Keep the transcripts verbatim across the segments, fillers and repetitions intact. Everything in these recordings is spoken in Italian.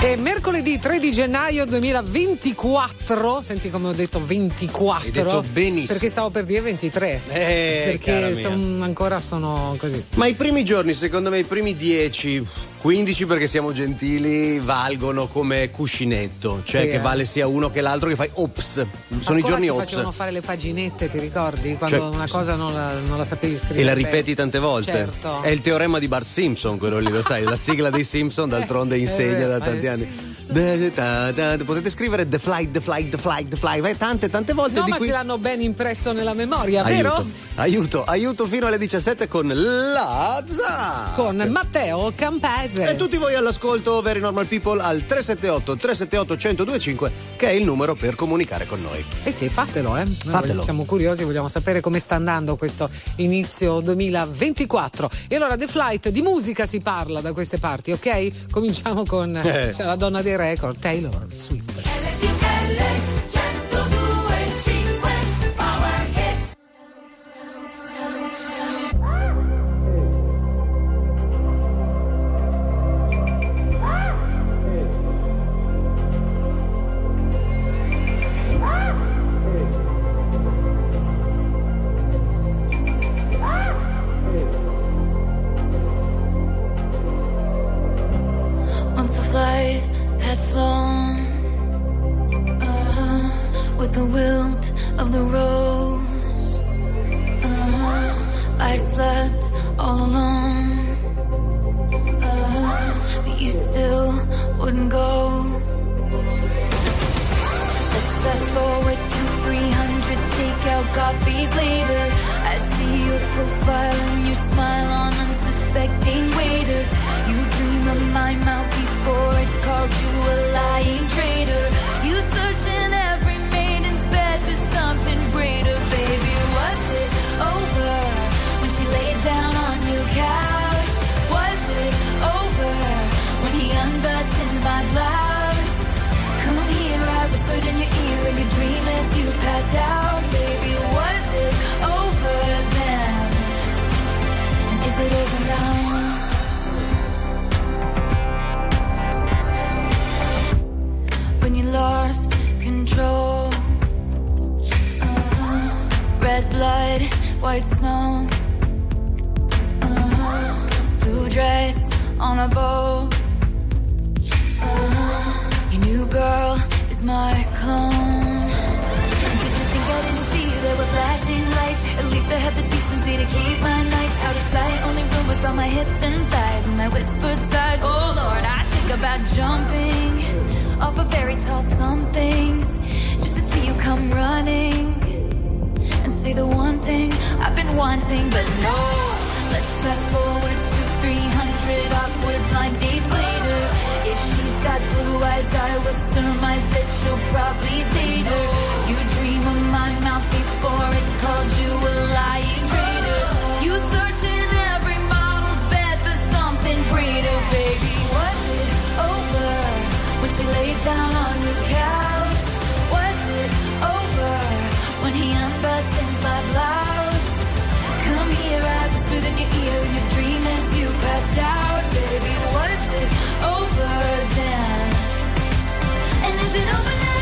È mercoledì tre di gennaio duemilaventiquattro. Senti come ho detto ventiquattro. Hai detto benissimo. Perché stavo per dire ventitré. Eh, perché son, ancora sono così. Ma i primi giorni, secondo me, i primi dieci, quindici, perché siamo gentili, valgono come cuscinetto. Cioè sì, che eh. vale sia uno che l'altro, che fai ops. Sono A i giorni ci ops. facevano fare le paginette, ti ricordi? Quando Cioè, una cosa non la, non la sapevi scrivere. E la ripeti tante volte. Certo. È il teorema di Bart Simpson, quello lì, lo sai, la sigla dei Simpson d'altronde insegna da tanti anni. Da, da, da, da, potete scrivere The Fly, The Fly, The Fly, The Fly, vai tante tante volte. No, di ma cui... ce l'hanno ben impresso nella memoria, aiuto, vero? Aiuto, aiuto fino alle diciassette con la Zapp. Con Matteo Campese. E tutti voi all'ascolto, Very Normal People, al tre sette otto tre sette otto uno zero due cinque, che è il numero per comunicare con noi. Eh sì, fatelo, eh. Fatelo. Noi siamo curiosi, vogliamo sapere come sta andando questo inizio duemilaventiquattro. E allora The Flight, di musica si parla da queste parti, ok? Cominciamo con eh. c'è la donna dei record, Taylor Swift. The wilt of the rose. Uh-huh. I slept all alone. Uh-huh. But you still wouldn't go. Let's fast forward to three hundred takeout coffees later. I see your profile and your smile on unsuspecting waiters. You dream of my mouth before it called you a lying traitor. You search in every for something greater, baby. Was it over when she laid down on your couch? Was it over when he unbuttoned my blouse? Come here, I whispered in your ear in your dream as you passed out, baby. Was it over then? And is it over now? When you lost control. Red blood, white snow. Uh-huh. Blue dress on a bow. Uh-huh. Your new girl is my clone. Did you think I didn't see you? There were flashing lights. At least I had the decency to keep my nights out of sight. Only rumors about my hips and thighs and my whispered sighs. Oh Lord, I think about jumping off a very tall somethings just to see you come running. Say the one thing I've been wanting, but no. Let's fast forward to three hundred awkward blind dates later. If she's got blue eyes, I will surmise that she'll probably date her. You dream of my mouth before it called you a lying traitor. You search in every model's bed for something greater, baby. Was it over when she laid down on your couch? Was it over when he unbuttoned my blouse? Come here, I whispered in your ear in your dream as you passed out, baby. Was it over then? And is it over now?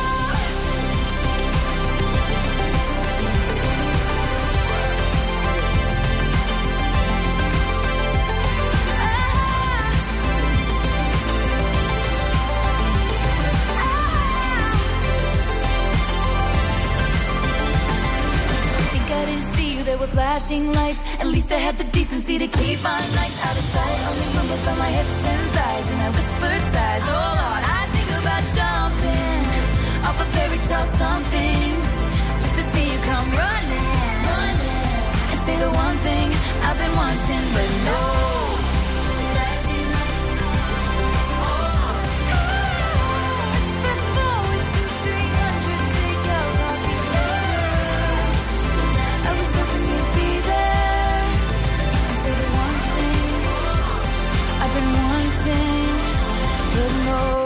There were flashing lights. At least I had the decency to keep my nights out of sight. Only rumbles by my hips and thighs and I whispered sighs. Oh Lord, I think about jumping off a fairy tale somethings just to see you come running, running and say the one thing I've been wanting, but no. Flashing lights. Oh. Let's fast forward to three hundred takeout coffees later. I was hoping you'd be there and say the one thing I've been wanting, but no.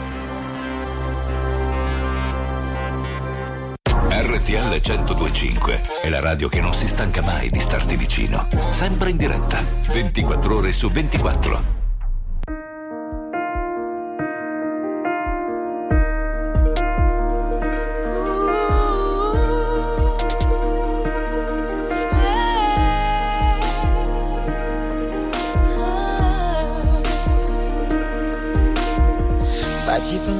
R T L centodue e cinque è la radio che non si stanca mai di starti vicino, sempre in diretta, ventiquattro ore su ventiquattro.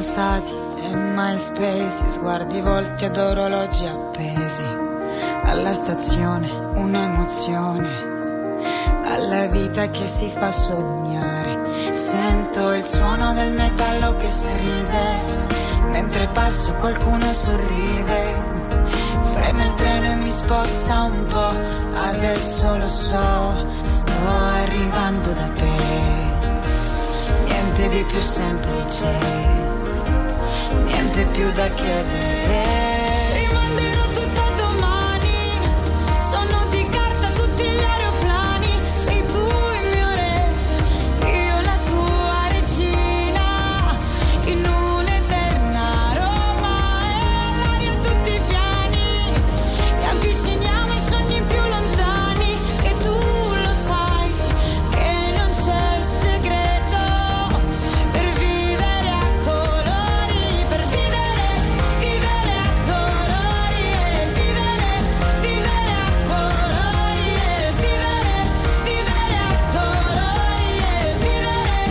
passati e mai spesi, sguardi volti ed orologi appesi, alla stazione un'emozione, alla vita che si fa sognare. Sento il suono del metallo che stride, mentre passo qualcuno sorride. Frena il treno e mi sposta un po', adesso lo so, sto arrivando da te. Niente di più semplice, niente più da chiedere. Rimanderò tutto a domani, sono di carta tutti gli aeroplani. Sei tu il mio re, io la tua regina, in un'eterna Roma. E l'aria tutti i piani, e avviciniamo i sogni più lontani. E tu lo sai che non c'è segreto per vivere a colori, per vivere, vivere a colori, e vivere, vivere a colori, e vivere, vivere a colori, e vivere,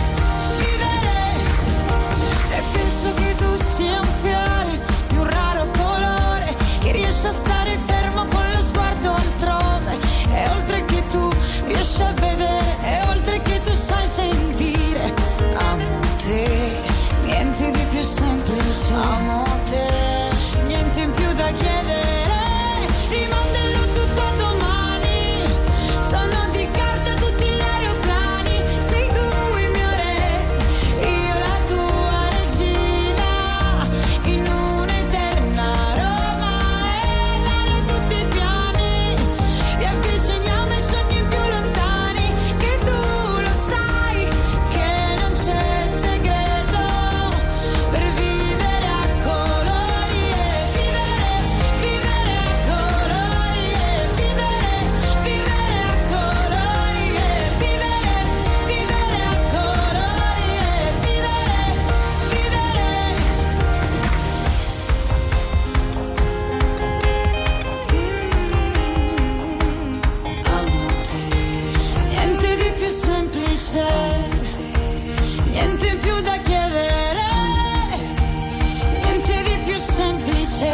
vivere. E penso che tu sia un fiore di un raro colore, che riesce a stare fermo con lo sguardo altrove. E oltre che tu riesci a vedere, e oltre che tu sai sentire, amo te, niente di più semplice, amo te, niente in più da chiedere. Rimanderò tutto a domani, sono di carta tutti gli aeroplani. Sei tu il mio re, io la tua regina, in un'eterna Roma. E l'aria tutti i piani, e avviciniamo i sogni più lontani. Che tu lo sai che non c'è segreto per vivere a colori, e vivere, vivere a colori, e vivere, vivere a colori, e vivere, vivere a colori, e vivere, vivere. Amo te, niente di più semplice, niente più da chiedere, niente di più semplice,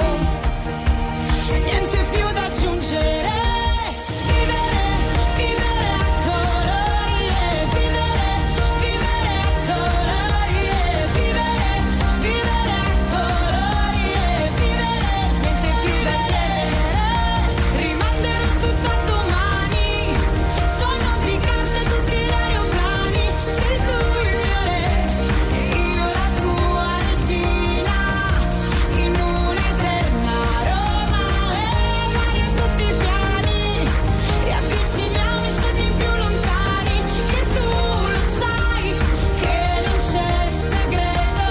niente più da aggiungere. Vivere, vivere a colori, e vivere, vivere a colori, e vivere, vivere a colori, e vivere, niente più da chiedere. Rimanderò tutto a domani, sono di carta tutti gli aeroplani. Sei tu il mio re, io la tua regina, in un'eterna Roma. E l'aria tutti i piani, e avviciniamo i sogni più lontani. Che tu lo sai che non c'è segreto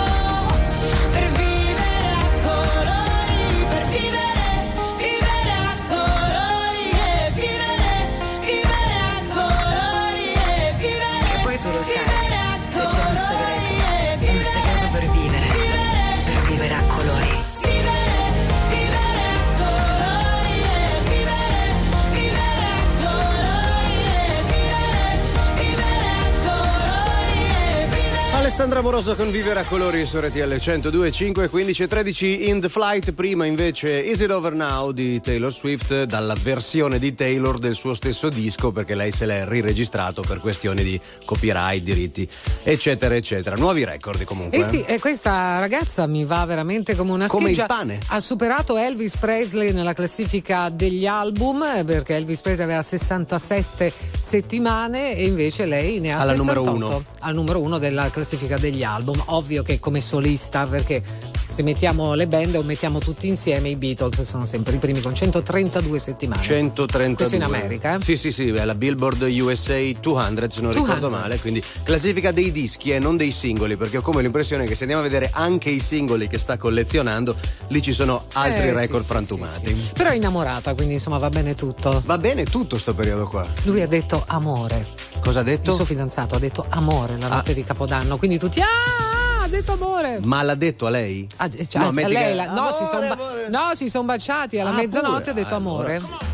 per vivere a colori, per vivere, vivere a colori, e vivere, vivere a colori, e vivere. E poi tu lo sai, vivere a se c'è un segreto, colori, e un segreto per vivere, per vivere a colori. vivere, vivere a colori, e vivere, vivere a colori, e vivere, vivere a colori, e vivere. Alessandra Moroso con Vivere a colori su R T L centodue e cinque, quindici e tredici. In the Flight, prima invece Is It Over Now di Taylor Swift, dalla versione di Taylor del suo stesso disco, perché lei se l'è riregistrato per questioni di copyright, diritti eccetera eccetera. Nuovi record comunque. Eh sì, e questa ragazza mi va veramente come una Come scheggia. il pane. Ha superato Elvis Presley nella classifica degli album, eh, perché Elvis Presley aveva sessantasette settimane e invece lei ne ha Alla sessantotto. numero uno. Al numero uno della classifica degli album. Ovvio che come solista, perché se mettiamo le band o mettiamo tutti insieme, i Beatles sono sempre i primi con centotrentadue settimane. centotrentadue. Questo in America, eh? Sì, sì, sì, è la Billboard U S A duecento, se non ricordo duecento. male, quindi classifica dei dischi e non dei singoli, perché ho come l'impressione che se andiamo a vedere anche i singoli che sta collezionando, lì ci sono altri Eh, record sì, frantumati. sì, sì. Però è innamorata, quindi insomma va bene tutto. Va bene tutto sto periodo qua. Lui ha detto amore. Cosa ha Il detto? suo fidanzato ha detto amore la notte Ah. di Capodanno, quindi tutti ah, ha detto amore. Ma l'ha detto a lei? Ah, cioè, No, a metti lei che- la- no, Amore, si sono ba- amore. no, si sono baciati alla Ah, mezzanotte pure? ha detto Allora. amore.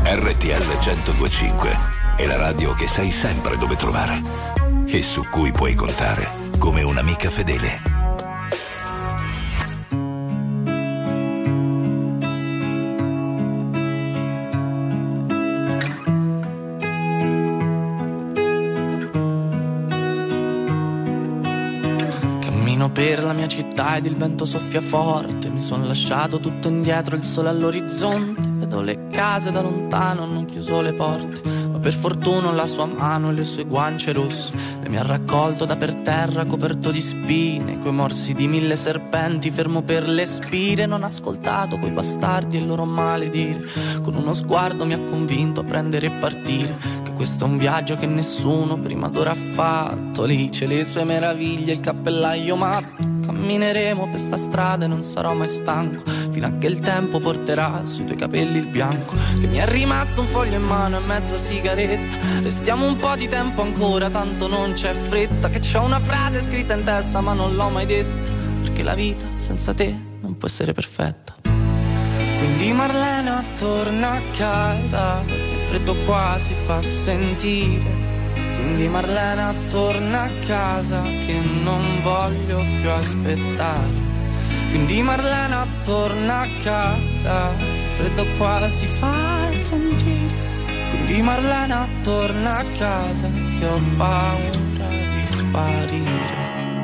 R T L centodue e cinque è la radio che sai sempre dove trovare e su cui puoi contare come un'amica fedele. Per la mia città ed il vento soffia forte, mi son lasciato tutto indietro, il sole all'orizzonte, vedo le case da lontano, non chiuso le porte, ma per fortuna la sua mano e le sue guance rosse, e mi ha raccolto da per terra coperto di spine, coi morsi di mille serpenti, fermo per le spire, non ho ascoltato quei bastardi e il loro maledire, con uno sguardo mi ha convinto a prendere e partire, che questo è un viaggio che nessuno prima d'ora ha fatto, lì c'è le sue meraviglie, il cappellaio matto. Cammineremo per sta strada e non sarò mai stanco, fino a che il tempo porterà sui tuoi capelli il bianco. Che mi è rimasto un foglio in mano e mezza sigaretta, restiamo un po' di tempo ancora, tanto non c'è fretta. Che c'ho una frase scritta in testa ma non l'ho mai detta, perché la vita senza te non può essere perfetta. Quindi Marlena torna a casa, il freddo qua si fa sentire. Quindi Marlena torna a casa che non voglio più aspettare. Quindi Marlena torna a casa, il freddo qua si fa sentire. Quindi Marlena torna a casa che ho paura di sparire.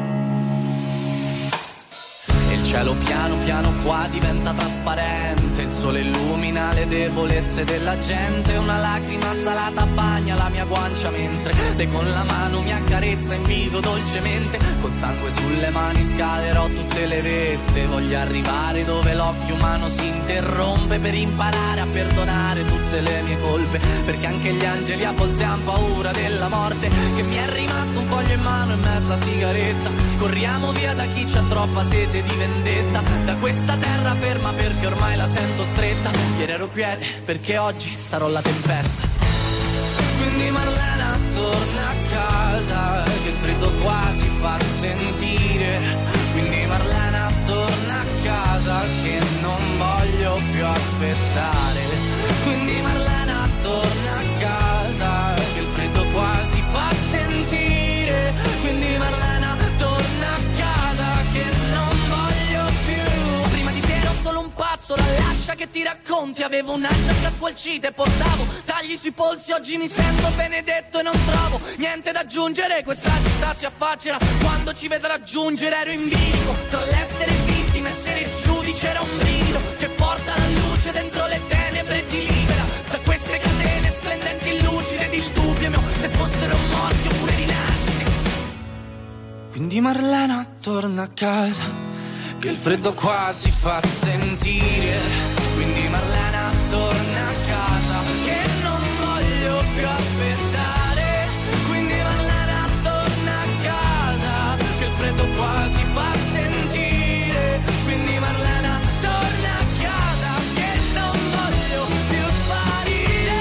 Il cielo piano piano qua diventa trasparente, il sole illumina le debolezze della gente, una lacrima salata bagna la mia guancia mentre lei con la mano mi accarezza in viso dolcemente, col sangue sulle mani scalerò tutte le vette, voglio arrivare dove l'occhio umano si interrompe per imparare a perdonare tutte le mie colpe, perché anche gli angeli a volte han paura della morte. Che mi è rimasto un foglio in mano e mezza sigaretta, corriamo via da chi c'ha troppa sete di vendetta, da questa terra ferma perché ormai la sento stretta, ieri ero quiete perché oggi sarò la tempesta. Quindi Marlena torna a casa che il freddo qua si fa sentire, quindi Marlena torna a casa che non voglio più aspettare, quindi Marlena torna a casa che il freddo qua si fa sentire, quindi Marlena torna a casa che non voglio più. Prima di te ero solo un pazzo, la lascia che ti racconti, avevo un'ascia squalcita e portavo tagli sui polsi, oggi mi sento benedetto e non trovo niente da aggiungere, questa città si affaccia quando ci vedo raggiungere, ero in bilico tra l'essere vittima e essere giudice, era un brivido che porta la luce dentro le tenebre e ti libera da queste catene splendenti lucide ed il dubbio mio se fossero morti oppure rinascite. Quindi Marlena torna a casa che il freddo qua si fa sentire, quindi Marlena torna a casa che non voglio più aspettare, quindi Marlena torna a casa che il freddo qua si fa sentire, quindi Marlena torna a casa che non voglio più sparire.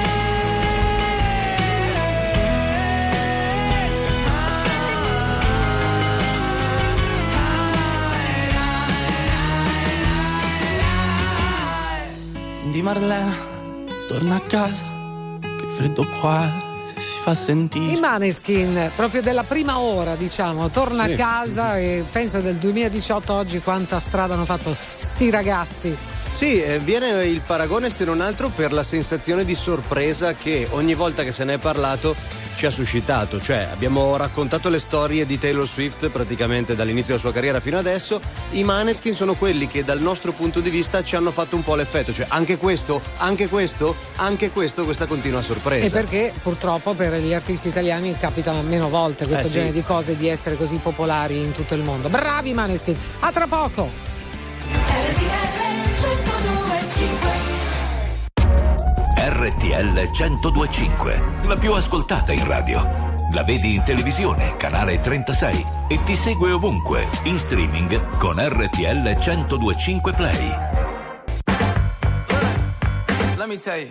Ah, Quindi Marlena torna a casa che il freddo qua si fa sentire. I Maneskin, proprio della prima ora, diciamo, torna sì. a casa e pensa del duemiladiciotto oggi quanta strada hanno fatto sti ragazzi. Sì, eh, viene il paragone se non altro per la sensazione di sorpresa che ogni volta che se ne è parlato ci ha suscitato, cioè abbiamo raccontato le storie di Taylor Swift praticamente dall'inizio della sua carriera fino adesso, i Maneskin sono quelli che dal nostro punto di vista ci hanno fatto un po' l'effetto, cioè anche questo, anche questo, anche questo, questa continua sorpresa. E perché purtroppo per gli artisti italiani capita meno volte questo eh, genere sì. di cose, di essere così popolari in tutto il mondo. Bravi Maneskin, a tra poco! R T L centodue e cinque, la più ascoltata in radio. La vedi in televisione, canale trentasei, e ti segue ovunque, in streaming con R T L centodue e cinque Play. Let me tell you,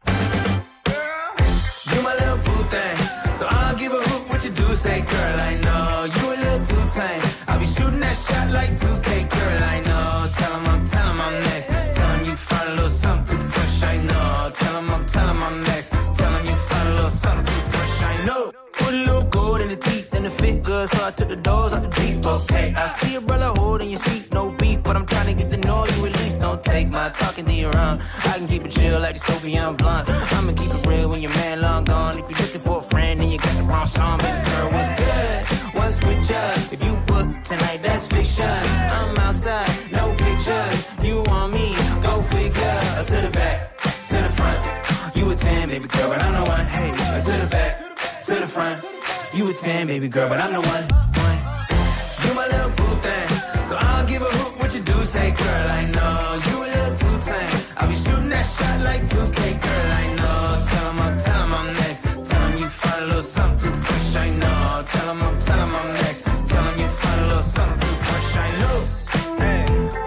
you my little boo thing, so I'll give a hoot what you do, say girl, I know, you a little too tame, I'll be shooting that shot like two K, girl, I know, tell him I'm, tell him I'm next, tell him you find a little something too fresh, I know. Tell him I'm, tell him I'm next. Tell him you find a little something fresh, I know. Put a little gold in the teeth and the fit good, so I took the doors out the deep, okay. I see a brother holding your seat, no beef, but I'm trying to get to know you at least. Don't take my talking to your own. I can keep it chill like the Soviet blunt. I'ma keep it real when your man long gone. If you're looking for a friend, then you got the wrong song. Baby girl, what's good? What's with ya? If you book tonight, that's fiction. I'm outside, no pictures. You want me? Go figure. To the back, to the front. You a ten, baby girl, but I'm the one. Hey, to the back, to the front. You a ten, baby girl, but I'm the one. one. You my little boo thing, so I don't give a hoot what you do. Say, girl, I know you a little too tame. I'll be shooting that shot like two K, girl, I know. Tell him I'm, tell him I'm next. Tell him you find a little something too fresh, I know. Tell him I'm, tell him I'm next. Tell him you find a little something too fresh, I know. Hey,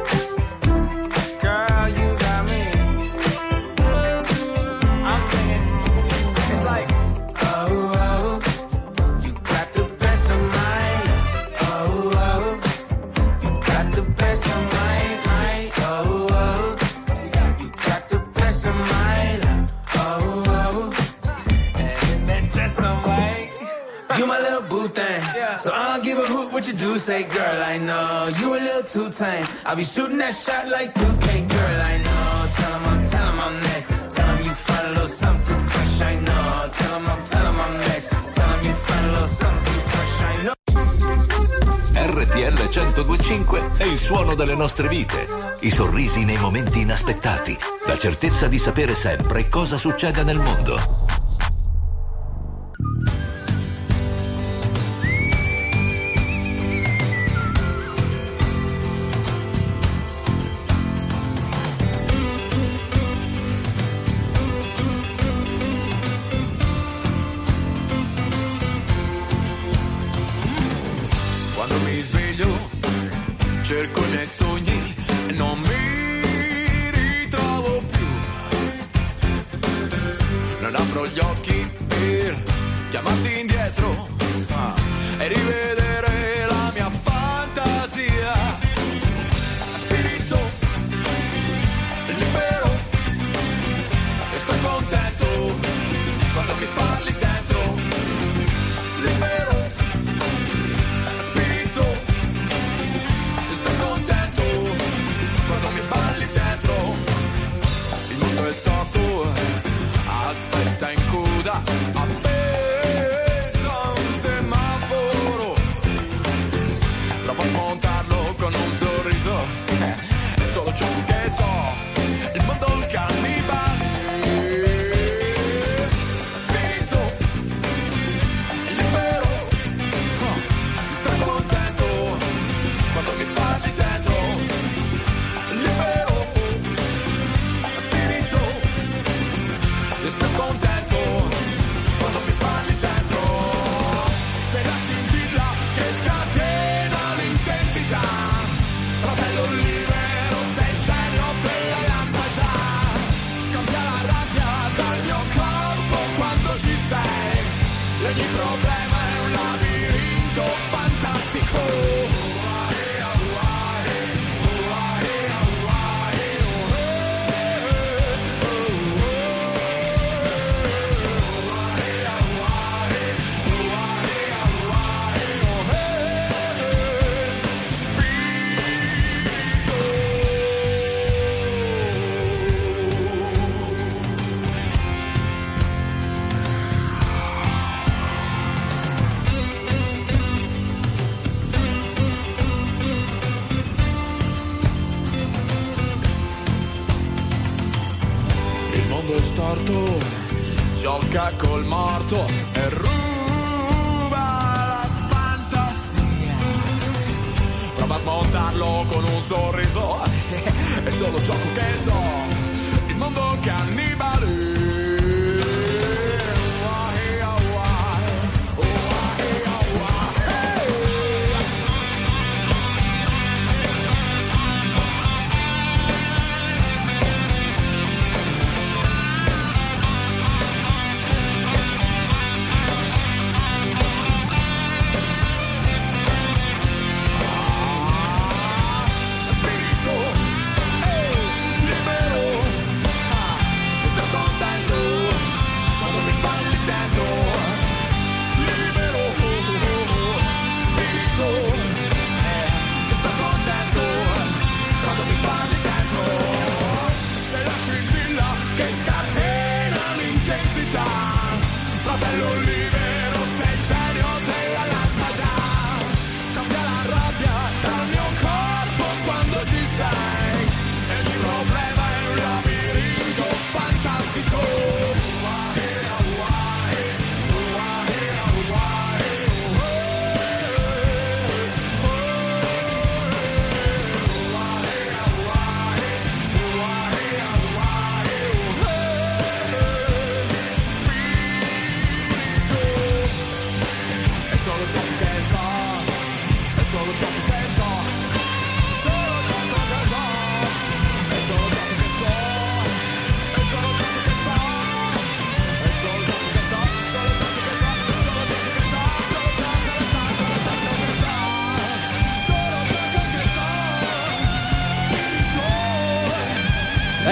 girl, you got me. I'm singing. It's like, oh, oh, you got the best of mine. Oh, oh, you got the best of mine. Oh, oh, you got the best of mine. Oh, oh, and that dress on white. You my little boo thing, so I don't give a hoot what you do. Say, girl, I know you a little too tame. I'll be shooting that shot like two K, girl, I know. Tell him I'm, tell him I'm next. Tell him you find a little something too fresh, I know. Tell him I'm, tell him I'm next. Tell him you find a little something too fresh, I know. R T L centodue e cinque è il suono delle nostre vite, i sorrisi nei momenti inaspettati, la certezza di sapere sempre cosa succede nel mondo. Quando mi sveglio, cerco i miei sogni e non mi ritrovo più. Non apro gli occhi per chiamarti indietro, ah, e rivedere la mia fantasia. Spirito libero e sto contento quando mi parli dentro. Libero. Aspetta in coda, appesa a un semaforo. Prova a montarlo con un sorriso, eh, è solo ciò che so. Il mondo è un cannibale. Spirito libero, oh, sto contento quando mi parli dentro. Libero. Sto contento quando mi parli dentro. Sei la scintilla che scatena l'intensità. Fratello libero, sei il genio della lampada. Cambia la rabbia dal mio corpo quando ci sei. E ogni problema è un labirinto fantastico. Storto, gioca col morto e ruba la fantasia. Prova a smontarlo con un sorriso, è solo gioco che so. Il mondo è un cannibale. Libero, sto contento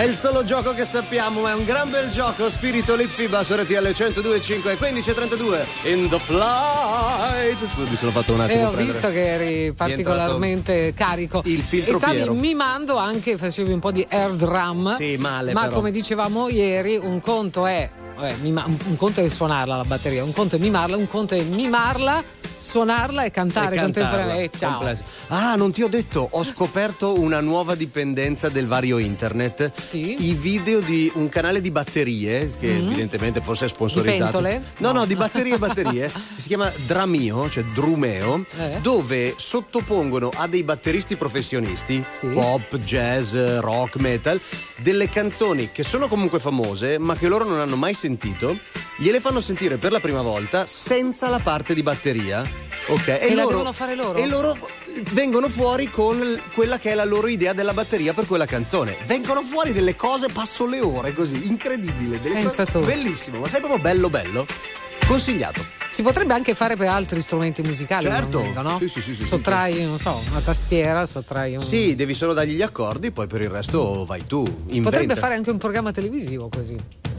È il solo gioco che sappiamo, ma è un gran bel gioco. Spirito Litfiba su R T L centodue e cinque, quindici e trentadue. In the flight. Scusi, mi sono fatto un attimo. E ho prendere. visto che eri particolarmente carico. Il filtro e stavi Piero. mimando anche, facevi un po' di air drum. Sì, male. Ma però. come dicevamo ieri, un conto è. Vabbè, mima, un conto è suonarla la batteria, un conto è mimarla, un conto è mimarla, suonarla e cantare E contemporaneamente. cantarla. Eh, ciao. Complesso. Ah, non ti ho detto, ho scoperto una nuova dipendenza del vario internet. Sì. I video di un canale di batterie, che Mm-hmm. evidentemente forse è sponsorizzato. Di pentole? No, no, No. di batterie e batterie. Si chiama Dramio, cioè Drumeo, Eh. dove sottopongono a dei batteristi professionisti, Sì. pop, jazz, rock, metal, delle canzoni che sono comunque famose, ma che loro non hanno mai sentito, gliele fanno sentire per la prima volta senza la parte di batteria. Ok, e, E la loro, devono fare loro? E loro vengono fuori con l- quella che è la loro idea della batteria per quella canzone. Vengono fuori delle cose, passo le ore così, incredibile, delle Pensa cose tu. bellissimo, ma sai proprio bello bello. Consigliato. Si potrebbe anche fare per altri strumenti musicali. Certo. al momento, no? Sì, sì, sì, sì, Sottrai, non so, una tastiera, sottrai un. Sì, devi solo dargli gli accordi, poi per il resto vai tu. Si potrebbe fare anche un programma televisivo così.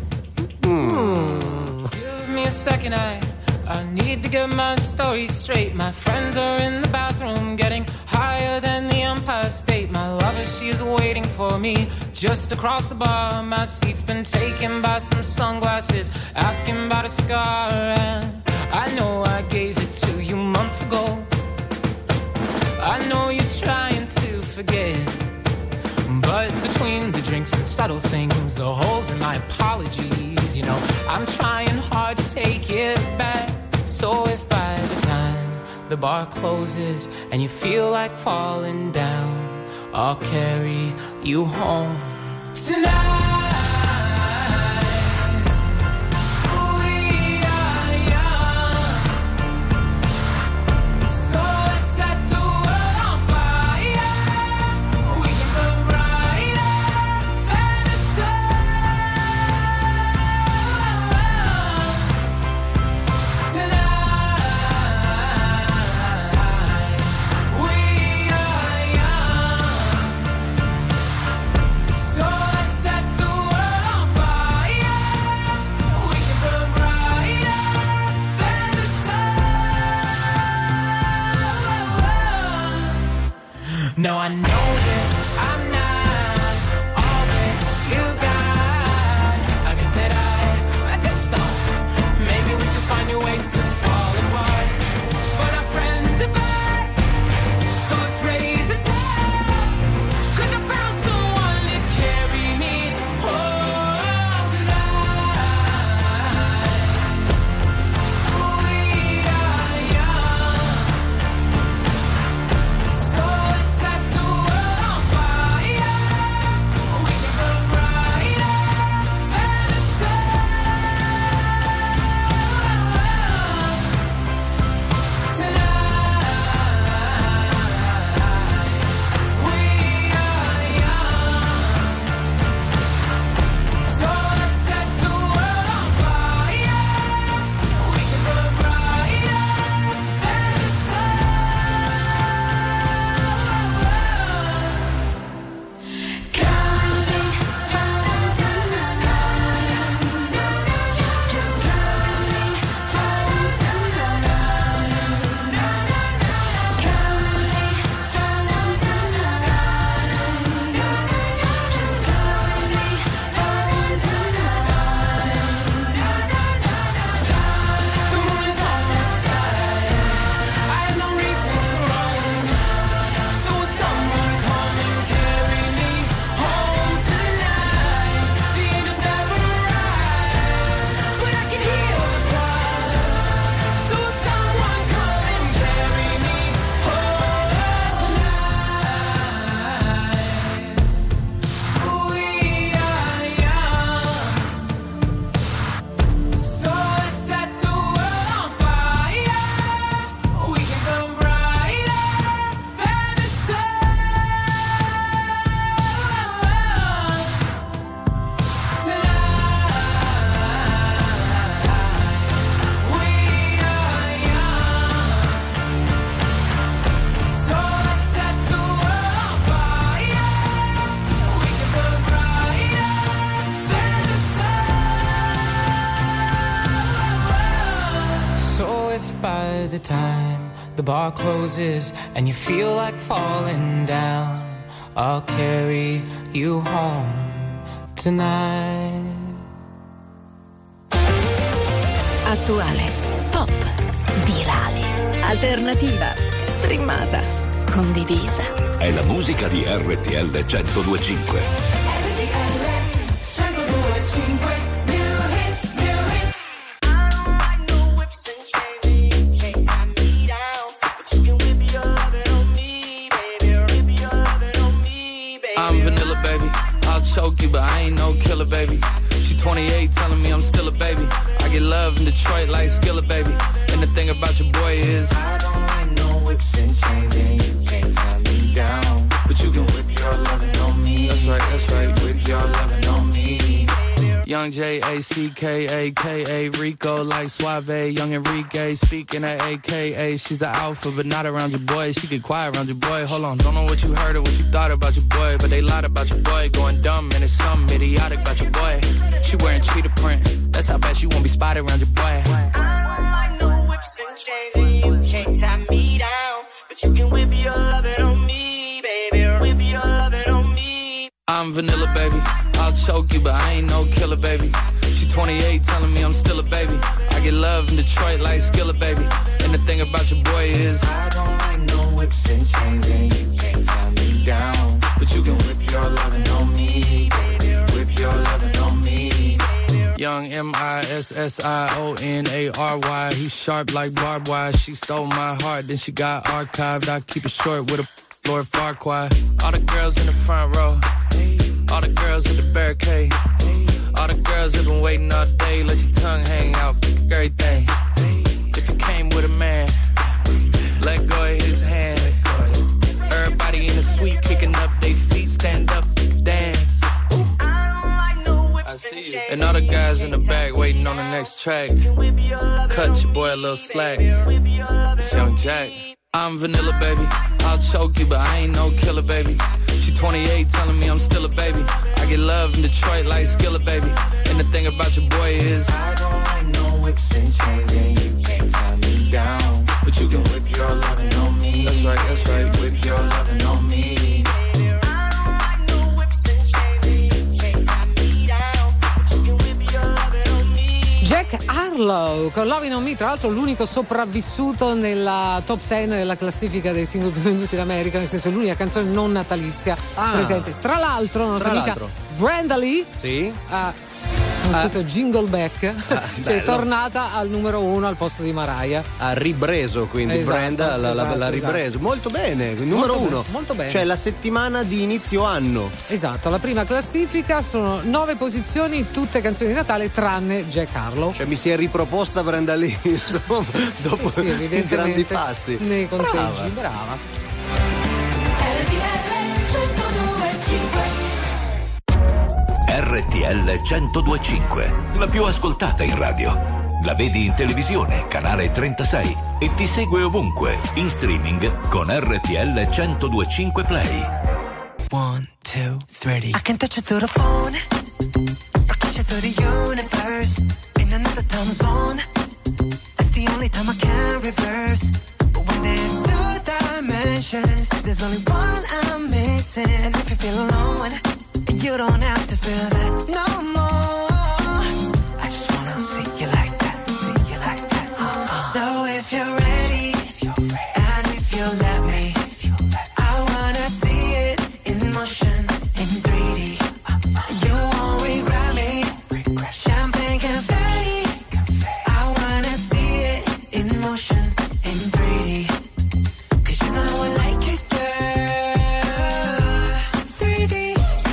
Give me a second, I, I need to get my story straight. My friends are in the bathroom getting higher than the Empire State. My lover, she's waiting for me just across the bar. My seat's been taken by some sunglasses, asking about a scar. And I know I gave it to you months ago. I know you're trying to forget. But between the drinks and subtle things, the holes in my apologies, you know, I'm trying hard to take it back. So if by the time the bar closes and you feel like falling down, I'll carry you home tonight. No, I know that I'm not all that you got. I guess that I, I just thought maybe we could find new ways to fall apart. But our friends are back, so let's raise a toast. 'Cause I found someone to carry me home tonight. We are young, so let's set the world on the time the bar closes and you feel like falling down, I'll carry you home tonight. Attuale, pop, virale, alternativa, streamata, condivisa. È la musica di R T L centodue e cinque. I'm vanilla, baby. I'll choke you, but I ain't no killer, baby. She twenty-eight, telling me I'm still a baby. I get love in Detroit like Skillet, baby. And the thing about your boy is I don't like no whips and chains, and you can't tie me down. But you can whip your lovin' on me. That's right, that's right, whip your lovin' on me. Young J A C K A K A Rico like Suave. Young Enrique speaking at A K A. She's an alpha but not around your boy. She get quiet around your boy. Hold on, don't know what you heard or what you thought about your boy, but they lied about your boy. Going dumb and it's something idiotic about your boy. She wearing cheetah print. That's how bad she won't be spotted around your boy. I don't like no whips and chains, and you can't tie me down. But you can whip your lovin' on me, baby. Whip your lovin' on me. I'm vanilla, baby. I'll choke you, but I ain't no killer, baby. She twenty-eight, telling me I'm still a baby. I get love in Detroit like Skillet, baby. And the thing about your boy is I don't like no whips and chains, and you can't tie me down. But you can whip your lovin' on me, baby. Whip your lovin' on me. Young M I S S I O N A R Y. He's sharp like barbed wire. She stole my heart, then she got archived. I keep it short with a Lord Farquaad. All the girls in the front row, all the girls at the barricade, all the girls have been waiting all day. Let your tongue hang out, everything. If you came with a man, let go of his hand. Everybody in the suite kicking up their feet, stand up, dance. I see you. And all the guys in the back waiting on the next track. Cut your boy a little slack. It's Young Jack. I'm vanilla, baby. I'll choke you, but I ain't no killer, baby. She twenty-eight, telling me I'm still a baby. I get love in Detroit like Skillet, baby. And the thing about your boy is I don't like no whips and chains, and you can't tie me down. But you can whip your lovin' on me. That's right, that's right, whip your lovin' on me. Jack Harlow con Lovin' on Me, tra l'altro l'unico sopravvissuto nella top dieci della classifica dei singoli più venduti in America, nel senso l'unica canzone non natalizia ah, presente. Tra l'altro, la nostra amica Brenda Lee sì? ha ho scritto ah. Jingle Back, ah, cioè è tornata al numero uno al posto di Mariah. Ha ripreso, quindi esatto, Brenda l'ha, esatto, l'ha ripreso. Esatto. Molto bene, numero molto uno. Bene, molto bene. Cioè la settimana di inizio anno. Esatto, la prima classifica sono nove posizioni, tutte canzoni di Natale tranne Jack Harlow. Cioè mi si è riproposta Brenda Lee, insomma, dopo sì, sì, i grandi pasti. Nei conteggi, brava. brava. R T L centodue e cinque, la più ascoltata in radio. La vedi in televisione, canale trentasei, e ti segue ovunque, in streaming con R T L centodue e cinque Play. One, two, three. I can touch you through the phone, or catch you through the universe, in another time zone. That's the only time I can reverse. But when there's two dimensions, there's only one I'm missing. And if you feel alone, you don't have to feel that no more. I just wanna see you like that, see you like that. Uh-uh. So if you're ready, if you're ready, and if you let me, if you let me, I wanna see it in motion, in three D. Uh-uh. You won't regret me. Regret. Champagne confetti. confetti. I wanna see it in motion, in three D. Cause you know I like it, girl. three D.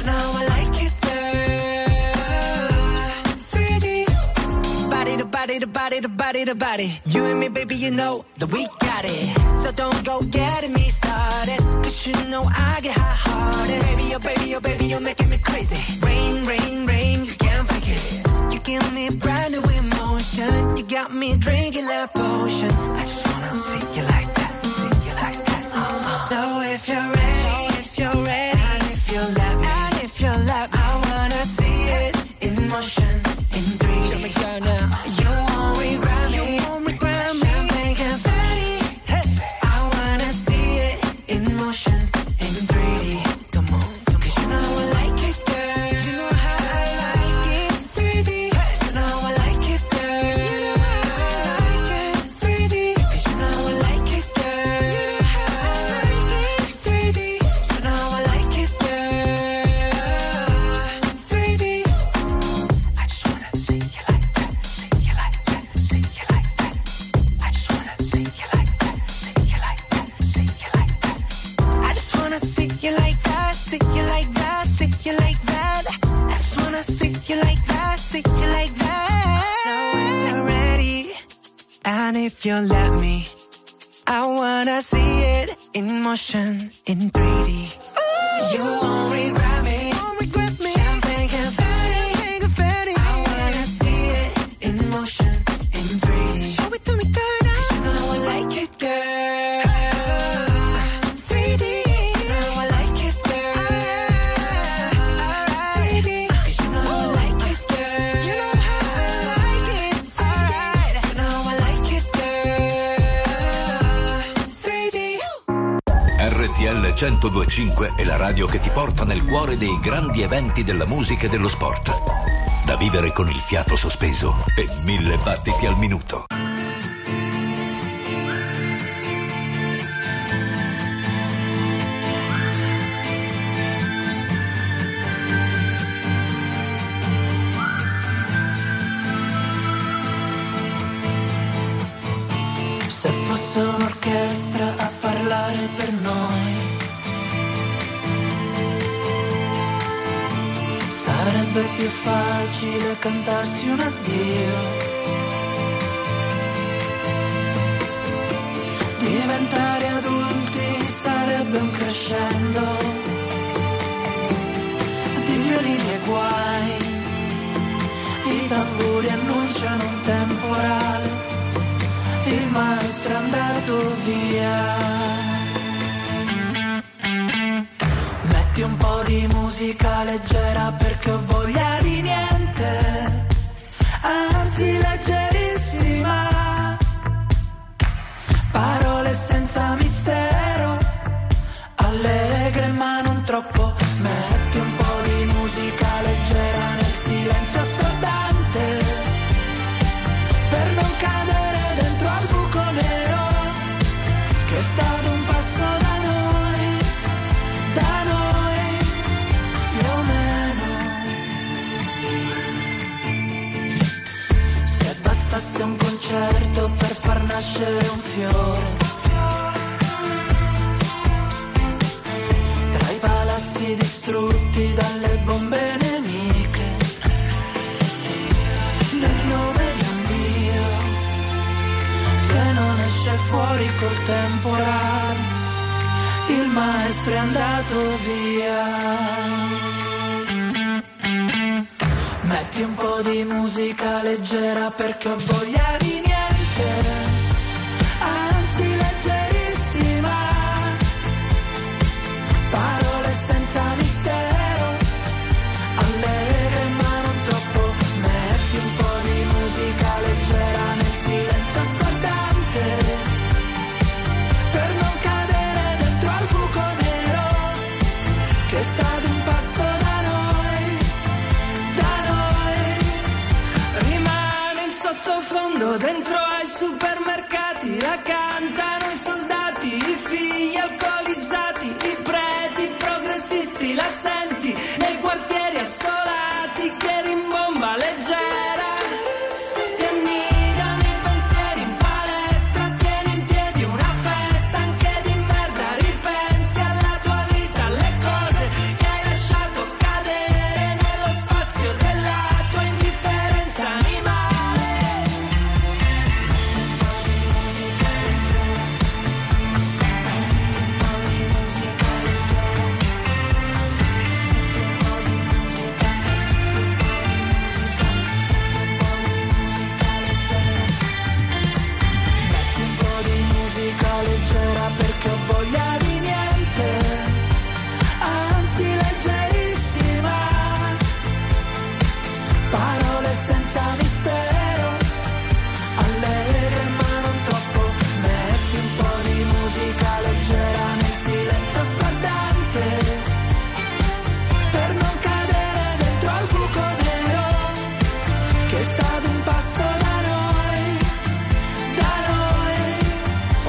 Body to body to body to body. You and me, baby, you know that we got it. So don't go getting me started. Cause you know I get hot-hearted. Baby, oh baby, oh baby, you're making me crazy. Rain, rain, rain, you can't fake it. You give me brand new emotion. You got me drinking that potion. I just wanna see you like that, see you like that. Uh-uh. So if you're ready, if you're ready, and if you let me, and if you let me, I wanna see it in motion, in three D. Show me girl now. You won't regret me. You won't regret me. Champagne confetti. if you let me, I wanna see it in motion in three D. You won't regret me, won't regret me. Champagne confetti, confetti. I wanna see it in motion in three D. Show it to me, girl. 'Cause you know I like it, girl. three D. You know I like it, girl. three D. 'Cause you know I like it, girl. You know how I like it. Alright. You know I like it, girl. three D. R T L centodue e cinque è la radio che ti porta nel cuore dei grandi eventi della musica e dello sport. Da vivere con il fiato sospeso e mille battiti al minuto. Se fosse un'orchestra a parlare per noi, sarebbe più facile cantarsi un addio. Diventare adulti sarebbe un crescendo di violini e guai. I tamburi annunciano un temporale, il maestro è andato via. Metti un po' di musica leggera perché ho voglia di niente, anzi leggerissima. Parole senza mistero, allegre ma non troppo. Metti un po' di musica leggera nel silenzio assordante, per non cadere dentro al buco nero che è stato un passo da noi, da noi, più o meno. Se bastasse un concerto per far nascere un fiore, tra i palazzi distrutti dalle bombe nemiche, nel nome di un Dio che non esce fuori col temporale, il maestro è andato via. Metti un po' di musica leggera perché ho voglia di niente, anzi leggerissima. Parole senza mistero, allegre ma non troppo. Metti un po' di musica leggera nel silenzio assordante, per non cadere dentro al buco nero che è stato un passo da noi, da noi. Rimane il sottofondo dentro ai supermercati, la cantano i soldati, i figli alcolizzati, i preti progressisti, la senti nei quartieri assolati che rimbomba leggera. Si annidano i pensieri in palestra, tieni in piedi una festa anche di merda. Ripensi alla tua vita, alle cose che hai lasciato cadere nello spazio della tua indifferenza animale.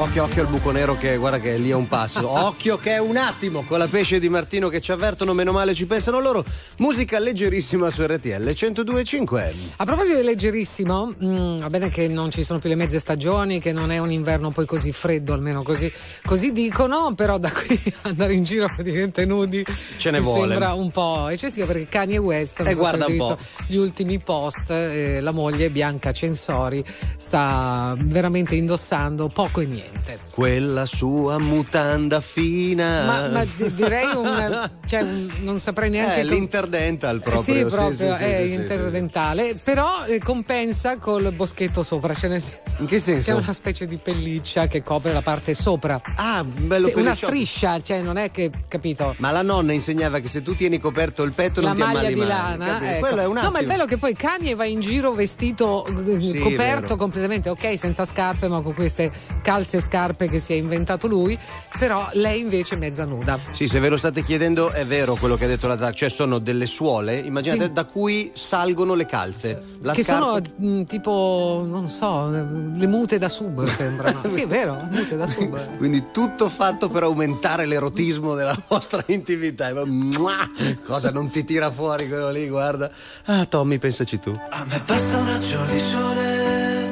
Occhio, occhio al buco nero che guarda che è lì a un passo. Occhio che è un attimo con la Pesce di Martino che ci avvertono, meno male ci pensano loro. Musica leggerissima su R T L centodue e cinque. A proposito di leggerissimo, mh, va bene che non ci sono più le mezze stagioni, che non è un inverno poi così freddo, almeno così, così dicono, però da qui andare in giro praticamente nudi ce ne mi vuole. Sembra un po' eccessivo, perché Kanye West, non eh, so guarda se avete un visto po'. gli ultimi post, eh, la moglie Bianca Censori sta veramente indossando poco e niente. Quella sua mutanda fina. Ma, ma di- direi un, cioè un, non saprei neanche. Eh, l'interdental proprio. Sì, proprio sì, sì, è sì, interdentale, sì. Però eh, compensa col boschetto sopra, cioè nel senso. In che senso? Che è una specie di pelliccia che copre la parte sopra. Ah, bello sì, una pellicciotto. Striscia, cioè non è che, capito? Ma la nonna insegnava che se tu tieni coperto il petto la non ti maglia ammali di mai, lana, capito? ecco. Quello è un attimo. No, ma è bello che poi Kanye va in giro vestito Sì, coperto vero. completamente, ok, senza scarpe, ma con queste calze scarpe che si è inventato lui, però lei invece è mezza nuda. Sì, se ve lo state chiedendo è vero quello che ha detto la Zac, cioè sono delle suole, immaginate, Sì. da cui salgono le calze. La che scarpa... sono mh, tipo, non so, le mute da sub sembrano. Sì, è vero, mute da sub. Quindi tutto fatto per aumentare l'erotismo della vostra intimità. Mua! Cosa non ti tira fuori quello lì, guarda. Ah, Tommy, pensaci tu. A me basta un raggio di sole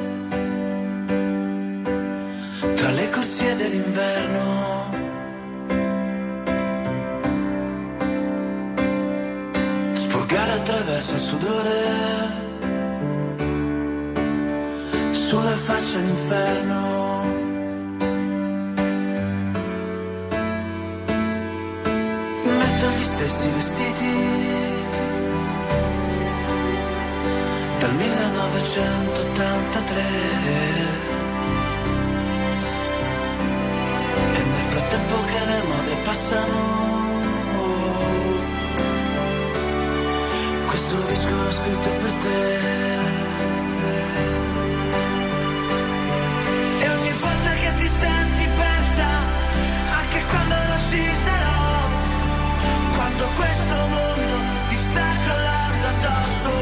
tra le corsie dell'inverno, spurgare attraverso il sudore sulla faccia l'inferno. Metto gli stessi vestiti dal millenovecentottantatré e nel frattempo che le mode passano, questo disco l'ho scritto per te. E ogni volta che ti senti persa, anche quando non ci sarò, quando questo mondo ti sta crollando addosso,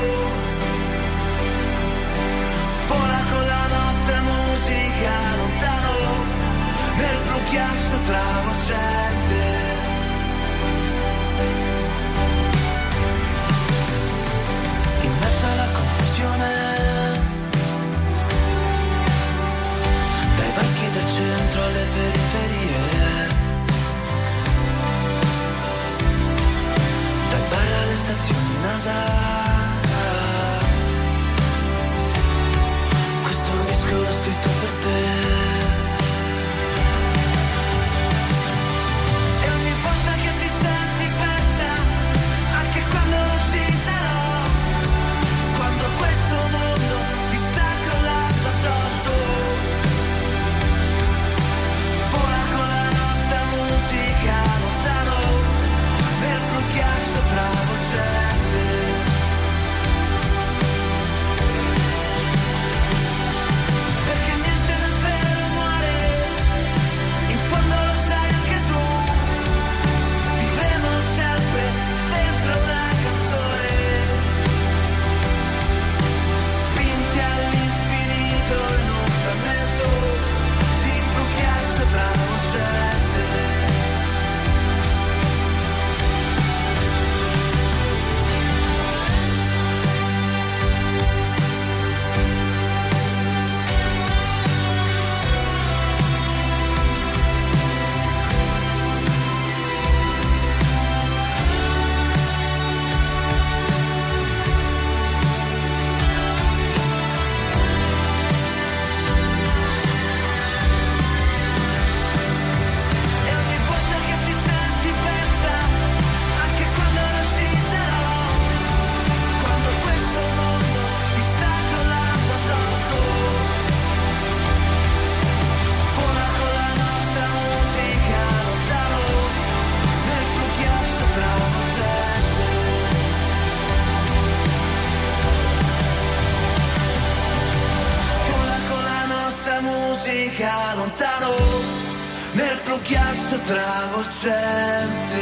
vola con la nostra musica lontano nel blu ghiaccio travolgente. In mezzo alla confusione, dai banchi del centro alle periferie, dai bar alle stazioni NASA. Questo disco l'ho scritto per te. E ogni volta che ti senti persa, anche quando non ci sarò, quando questo mondo ti sta crollando addosso, vola con la nostra musica lontano nel blu ghiaccio travolgente. Perché niente davvero muore, in fondo lo sai anche tu, vivremo sempre dentro una canzone, spinti all'infinito in un frammento di blu ghiaccio travolgente. E ogni volta che ti senti persa, anche quando non ci sarò, quando questo mondo ti sta crollando addosso, vola con la nostra musica lontano nel blu ghiaccio travolgente. Vola con la nostra musica lontano nel blu ghiaccio travolgente.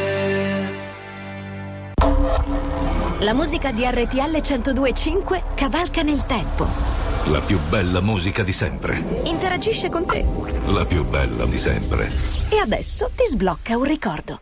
La musica di R T L centodue e cinque cavalca nel tempo. La più bella musica di sempre. Interagisce con te. La più bella di sempre. E adesso ti sblocca un ricordo.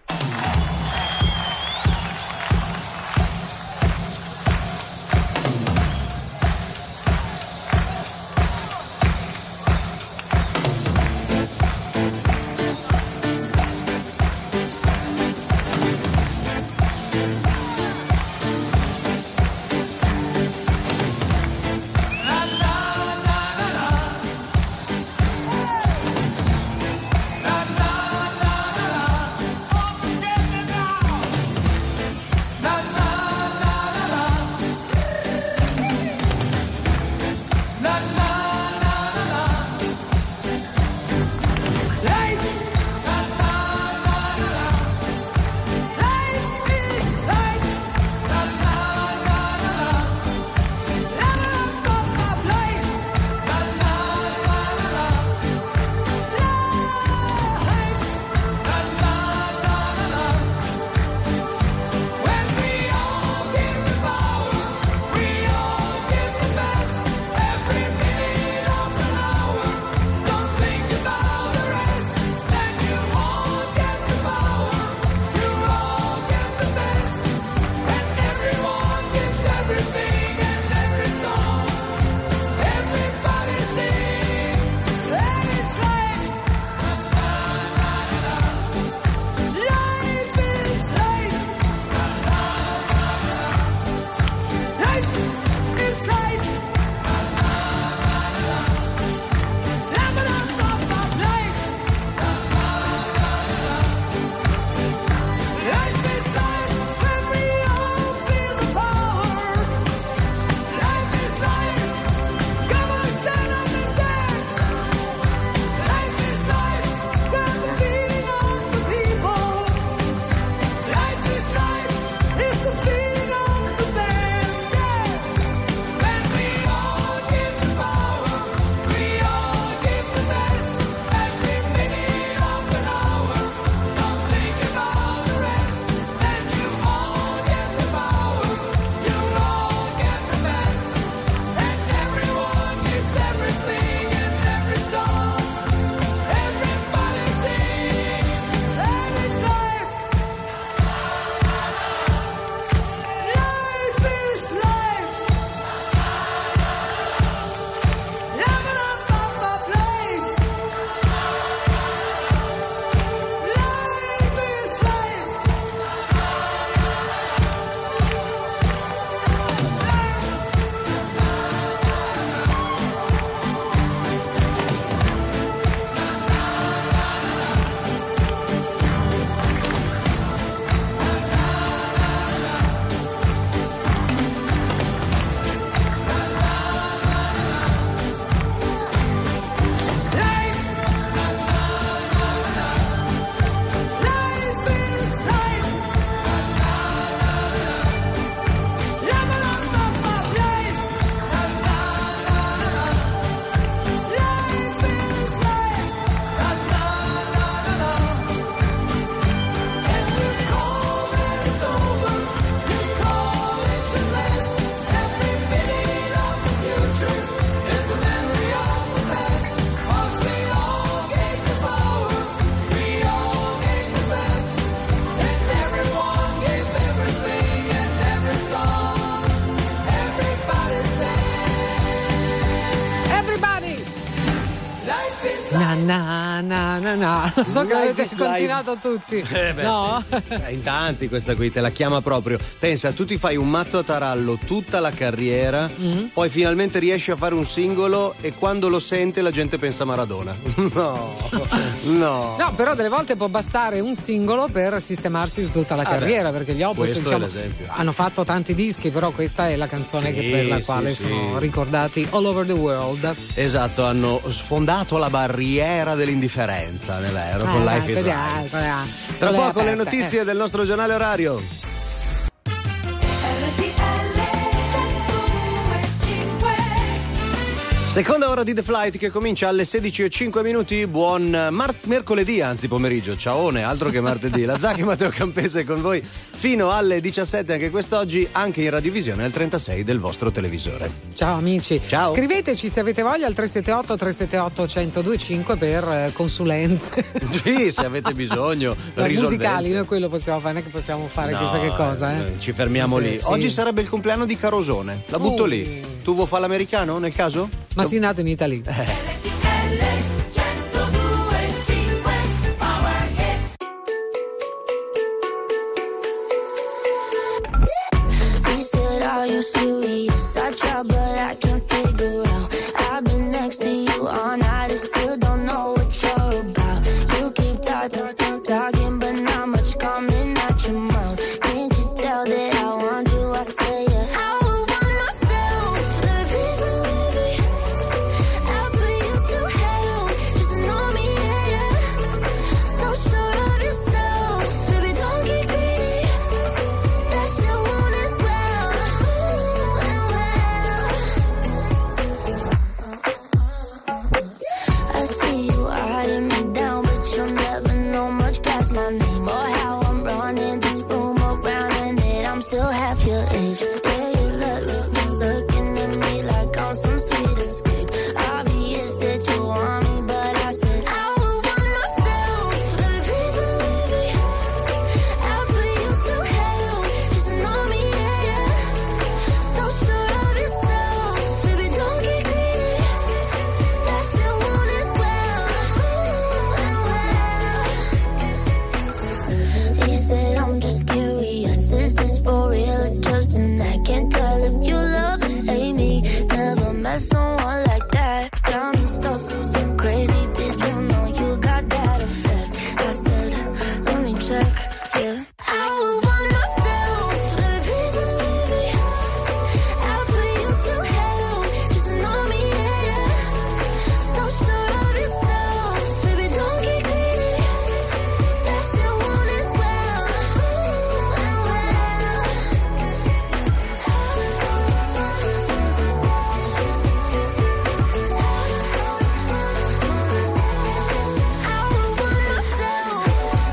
Na na na na. So che l'avete continuato tutti. Eh beh, no? Sì, sì. In tanti questa qui te la chiama proprio. Pensa, tu ti fai un mazzo a tarallo tutta la carriera, mm-hmm. poi finalmente riesci a fare un singolo e quando lo sente la gente pensa Maradona. No, no. No, però delle volte può bastare un singolo per sistemarsi tutta la ah carriera, beh, perché gli Opus diciamo, hanno fatto tanti dischi, però questa è la canzone sì, che per la quale sì, sono sì. ricordati all over the world. Esatto, hanno sfondato la barriera dell'indifferenza, è vero, ah, con Life is Life. Tra poco le notizie eh. del nostro giornale orario. Seconda ora di The Flight che comincia alle sedici e cinque minuti. Buon mar- mercoledì, anzi pomeriggio. Ciaone, altro che martedì. La Zacchi Matteo Campese con voi fino alle diciassette anche quest'oggi, anche in radiovisione al trentasei del vostro televisore. Ciao amici. Ciao. Scriveteci se avete voglia al tre sette otto tre sette otto uno zero due cinque per eh, consulenze. Sì, se avete bisogno. No, musicali, noi quello possiamo fare, non è che possiamo fare no, chissà che cosa. Eh. Ci fermiamo lì. Eh, sì. Oggi sarebbe il compleanno di Carosone. La butto Uh. lì. Tu vuoi fare l'americano nel caso? Ma sei nato in Italia. Eh. Are you serious? I try, but I can't figure out. I've been next to you all night and still don't know what you're about. You keep talking, talking, but not much coming out your mouth. Can't you tell that I want you? I say it. I would want myself, the reason maybe I'll put you through hell. Just know me, yeah, yeah. So sure of yourself, baby, don't get greedy. That shit won't end well. I see you eyeing me down, but you'll never know much past my name or how I'm running this room around and that I'm still half your age. Yeah, you look, look, look, looking at me like I'm some sweet escape. Obvious that you want me, but I said I would want myself. The reason maybe I'll put you through hell. Just know me, yeah, yeah. So sure of yourself, baby, don't get greedy. That shit won't end well. He said I'm just curious, is this for real or just an act? Can't tell if you love or hate me. Never met someone like that. Got me so, so, so crazy. Did you know you got that effect? I said, let me check, yeah. I would want myself, the reason maybe I'll put you through hell. Just know me, yeah, yeah. So sure of yourself, baby, don't get greedy. That shit won't end well. I would want myself.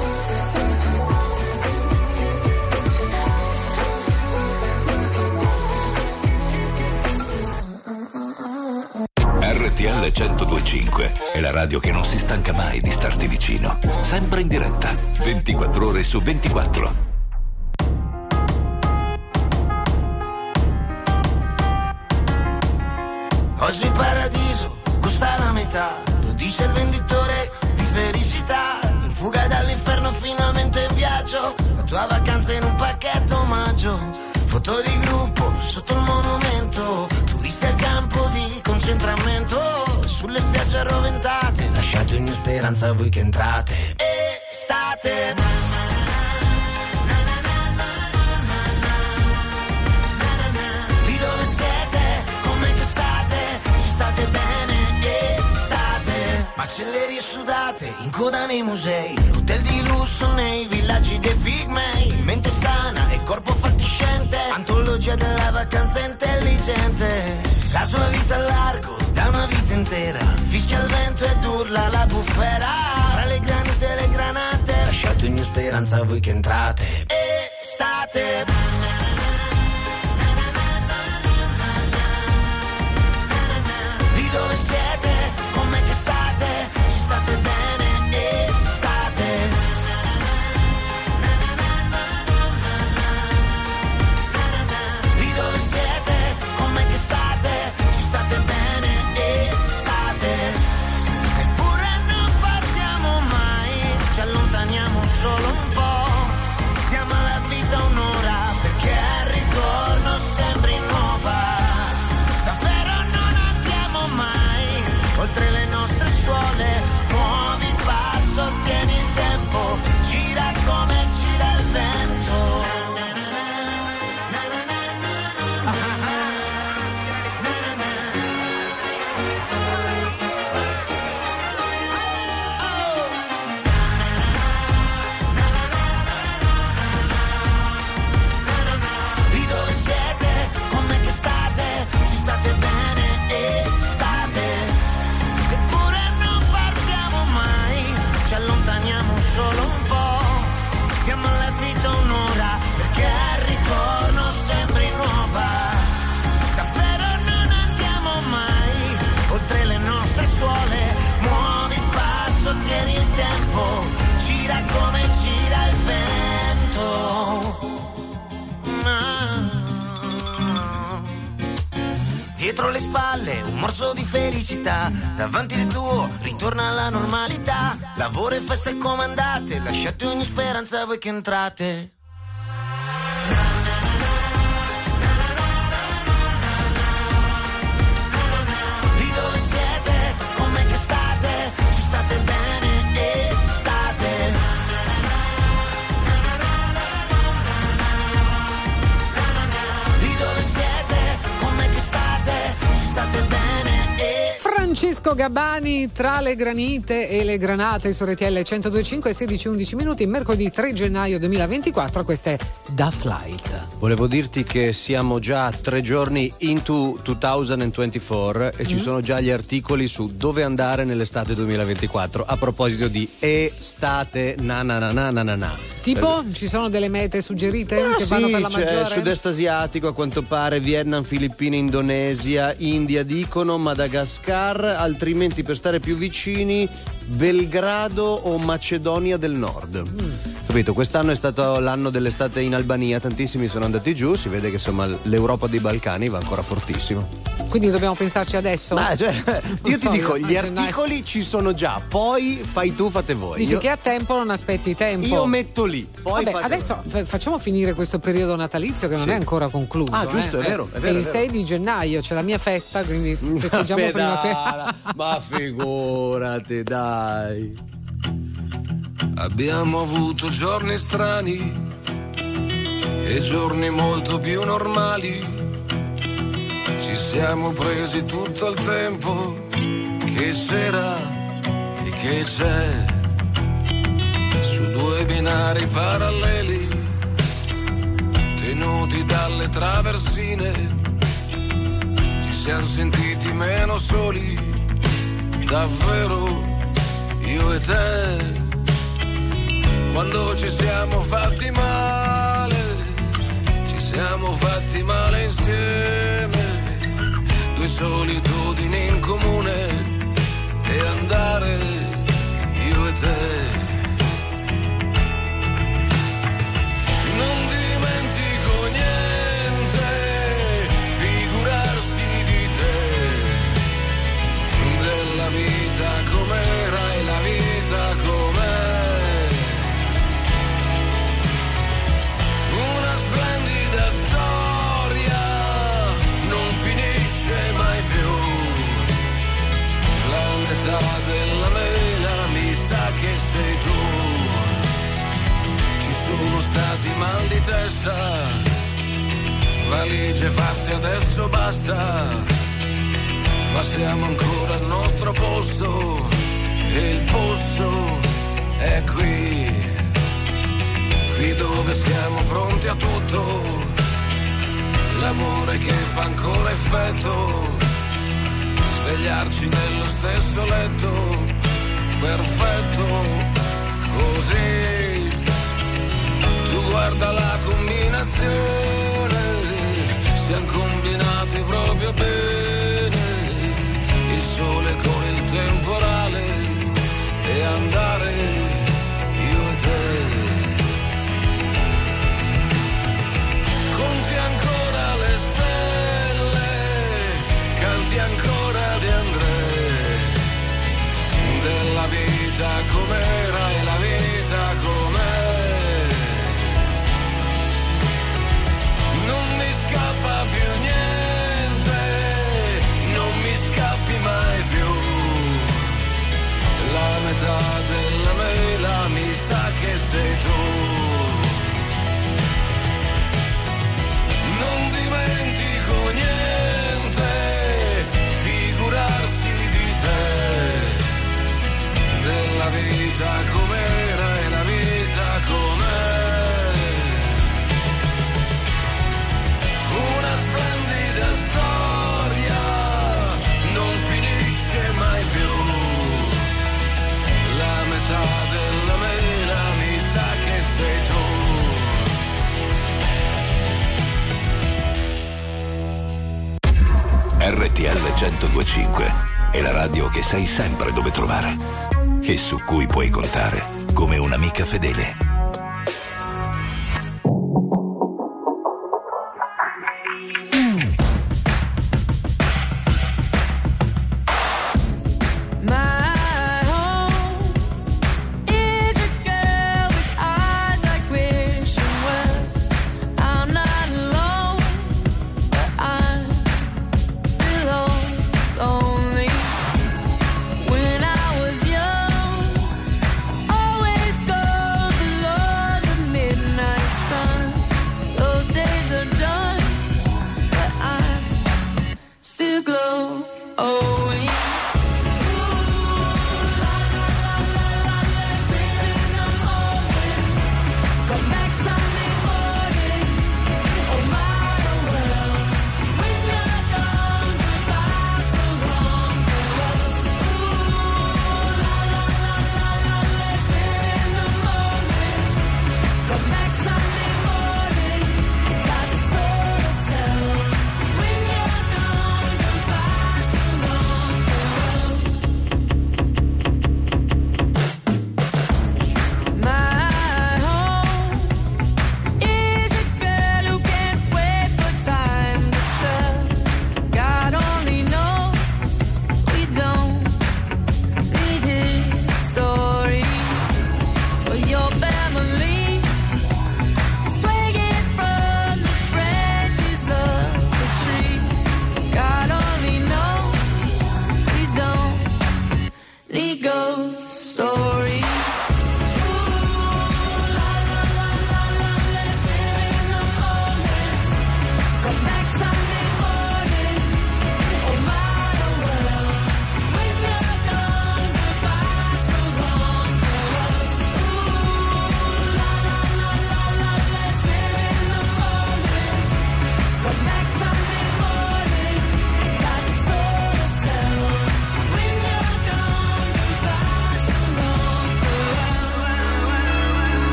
R T L centodue e cinque è la radio che non si stanca mai di starti vicino. Sempre in diretta, ventiquattro ore su ventiquattro. Oggi il paradiso costa la metà, lo dice il venditore di felicità. In fuga dall'inferno finalmente in viaggio, la tua vacanza in un pacchetto omaggio. Foto di gruppo sotto il monumento, turisti al campo di concentramento. Sulle spiagge arroventate, lasciate ogni speranza a voi che entrate. Estate. Lì dove siete, come che state, ci state bene e state. Macellerie sudate, in coda nei musei, hotel di lusso nei villaggi dei pigmei. Mente sana e corpo fatiscente, antologia della vacanza intelligente. La tua vita a largo, da una vita intera, fischia il vento ed urla la bufera. Tra le granite e le granate, lasciate ogni speranza a voi che entrate. Estate. Lì dove siete, come che state, ci state bene e state. Lì dove siete, come che state, ci state bene e state. Eppure non partiamo mai, ci allontaniamo solo un po'. Diamo alla vita un'ora, perché al ritorno sembri nuova. Davvero non andiamo mai oltre le nostre suole. Muovi il passo, tieni il tempo, gira come gira il vento. Lì dove siete, come che state, ci state bene e state. morso di felicità. Davanti il tuo ritorna alla normalità. Lavoro e feste comandate, lasciate ogni speranza voi che entrate. Lì dove siete, com'è che state? Ci state bene e state. Lì dove siete, com'è che state? Ci state bene e Francesco Gabbani, tra le granite e le granate su R T L centodue e cinque, sedici undici minuti, mercoledì tre gennaio duemilaventiquattro. Questa è Da Flight. Volevo dirti che siamo già tre giorni into duemilaventiquattro e mm. ci sono già gli articoli su dove andare nell'estate duemilaventiquattro a proposito di estate na na na na na na na. Tipo, eh, ci sono delle mete suggerite ah, che sì, vanno per la c'è maggiore? Sud-est asiatico a quanto pare, Vietnam, Filippine, Indonesia, India dicono, Madagascar, altrimenti per stare più vicini Belgrado o Macedonia del Nord. Mm. Capito? Quest'anno è stato l'anno dell'estate in Albania, tantissimi sono andati giù, si vede che insomma l'Europa dei Balcani va ancora fortissimo. Quindi dobbiamo pensarci adesso? Ma cioè, io so, ti dico, io, gli articoli gennaio. Ci sono già, poi fai tu, fate voi. Dici io, che a tempo non aspetti tempo. Io metto lì, poi Vabbè, adesso voi. Facciamo finire questo periodo natalizio che non sì. è ancora concluso. Ah, giusto, eh. è vero, è vero. E il è vero. sei di gennaio c'è la mia festa, quindi festeggiamo Vabbè, prima che... Ma figurati, dai. Abbiamo avuto giorni strani e giorni molto più normali. Ci siamo presi tutto il tempo che c'era e che c'è su due binari paralleli tenuti dalle traversine. Ci siamo sentiti meno soli, davvero, io e te. Quando ci siamo fatti male, ci siamo fatti male insieme. Due solitudini in comune e andare io e te. Non dimentico niente, figurarsi di te, della vita com'era e la vita com'è. Una splendida storia non finisce mai più. La metà della mela mi sa che sei tu. Ci sono stati mal di testa, valigie fatte adesso basta, ma siamo ancora al nostro posto e il posto è qui. Qui dove siamo pronti a tutto, l'amore che fa ancora effetto, svegliarci nello stesso letto, perfetto, così. Tu guarda la combinazione, siamo combinati proprio bene, il sole con il temporale e andare io e te. Conti ancora le stelle, canti ancora di André, della vita com'era e la vita com'è. Non mi scappa più niente, non mi scappi mai più. La metà della mela mi sa che sei tu. Non dimentico niente, figurarsi di te, della vita com'era e la vita com'è. Una splendida storia non finisce mai più. La metà della mela mi sa che sei tu. R T L centodue e cinque è la radio che sai sempre dove trovare e su cui puoi contare come un'amica fedele.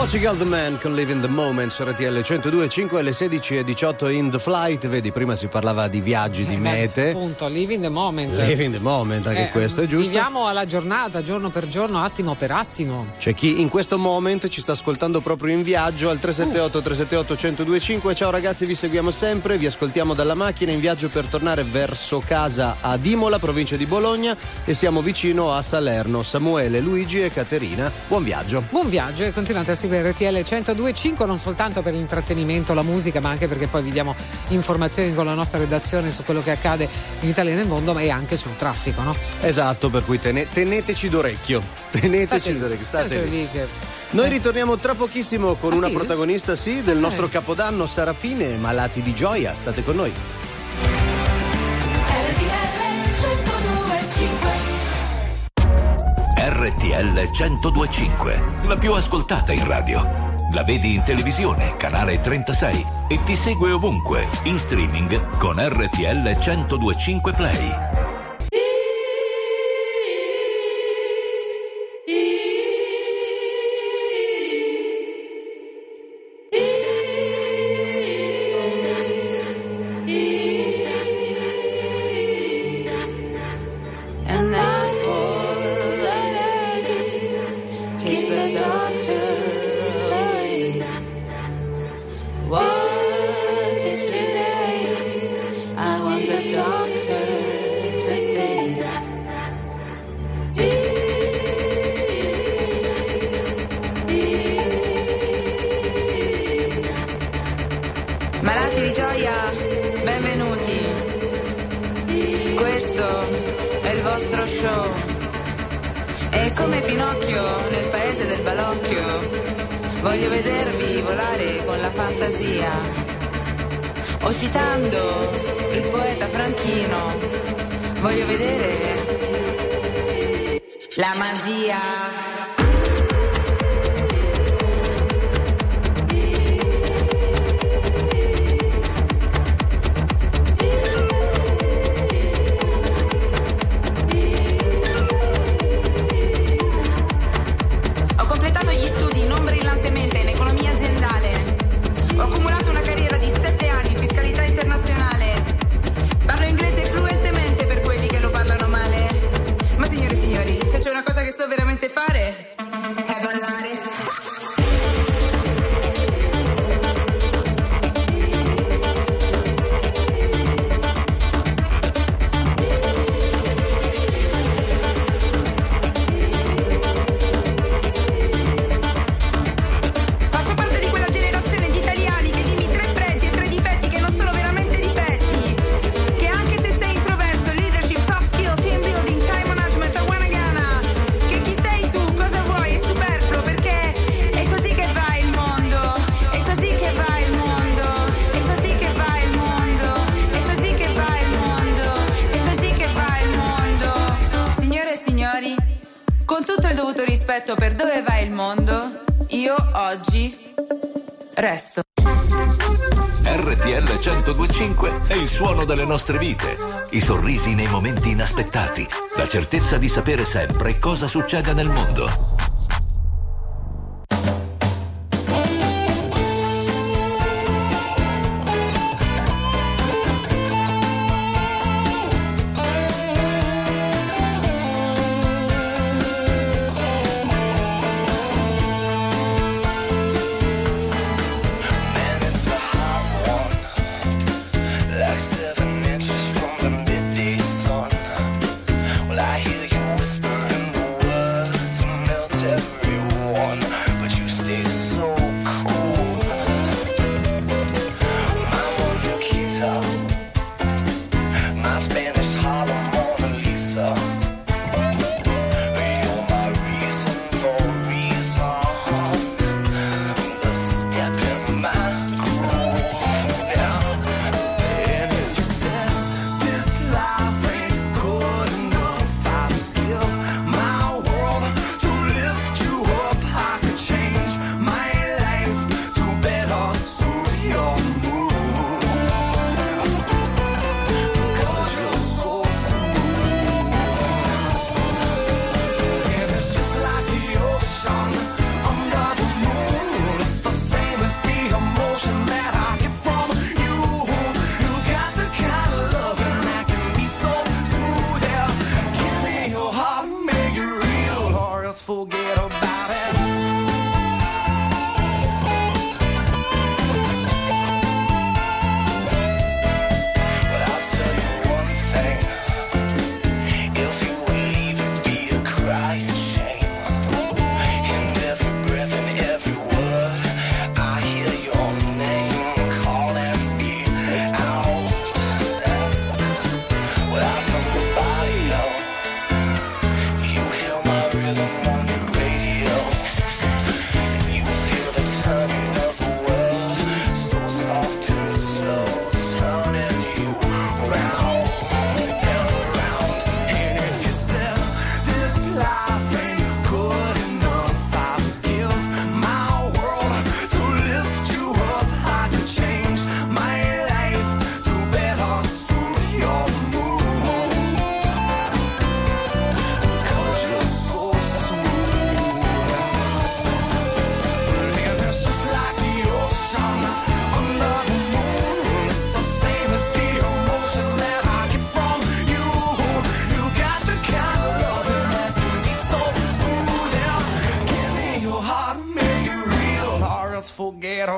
Portugal The Man con Live in the Moment su R T L centodue e cinque alle sedici e diciotto in The Flight. Vedi, prima si parlava di viaggi, eh, di mete. Appunto, live in the moment. Live in the moment, anche eh, questo è giusto. Viviamo alla giornata, giorno per giorno, attimo per attimo. C'è chi in questo moment ci sta ascoltando proprio in viaggio al tre sette otto tre sette otto uno zero due cinque. Ciao ragazzi, vi seguiamo sempre, vi ascoltiamo dalla macchina in viaggio per tornare verso casa ad Imola, provincia di Bologna, e siamo vicino a Salerno. Samuele, Luigi e Caterina, buon viaggio. Buon viaggio e continuate a seguire R T L centodue e cinque non soltanto per l'intrattenimento, la musica, ma anche perché poi vi diamo informazioni con la nostra redazione su quello che accade in Italia e nel mondo, ma e anche sul traffico, no? Esatto, per cui tene, teneteci d'orecchio. Teneteci state d'orecchio, state lì. lì che... Noi ritorniamo tra pochissimo con ah, una sì? protagonista, sì, del nostro eh. Capodanno, Sarafine, Malati di gioia. State con noi. R T L centodue e cinque, la più ascoltata in radio. La vedi in televisione, canale trentasei, e ti segue ovunque, in streaming con R T L centodue e cinque Play. Voglio vedervi volare con la fantasia, o citando il poeta Franchino, voglio vedere la magia. Per dove va il mondo, io oggi resto. R T L centodue e cinque è il suono delle nostre vite, i sorrisi nei momenti inaspettati, la certezza di sapere sempre cosa succede nel mondo.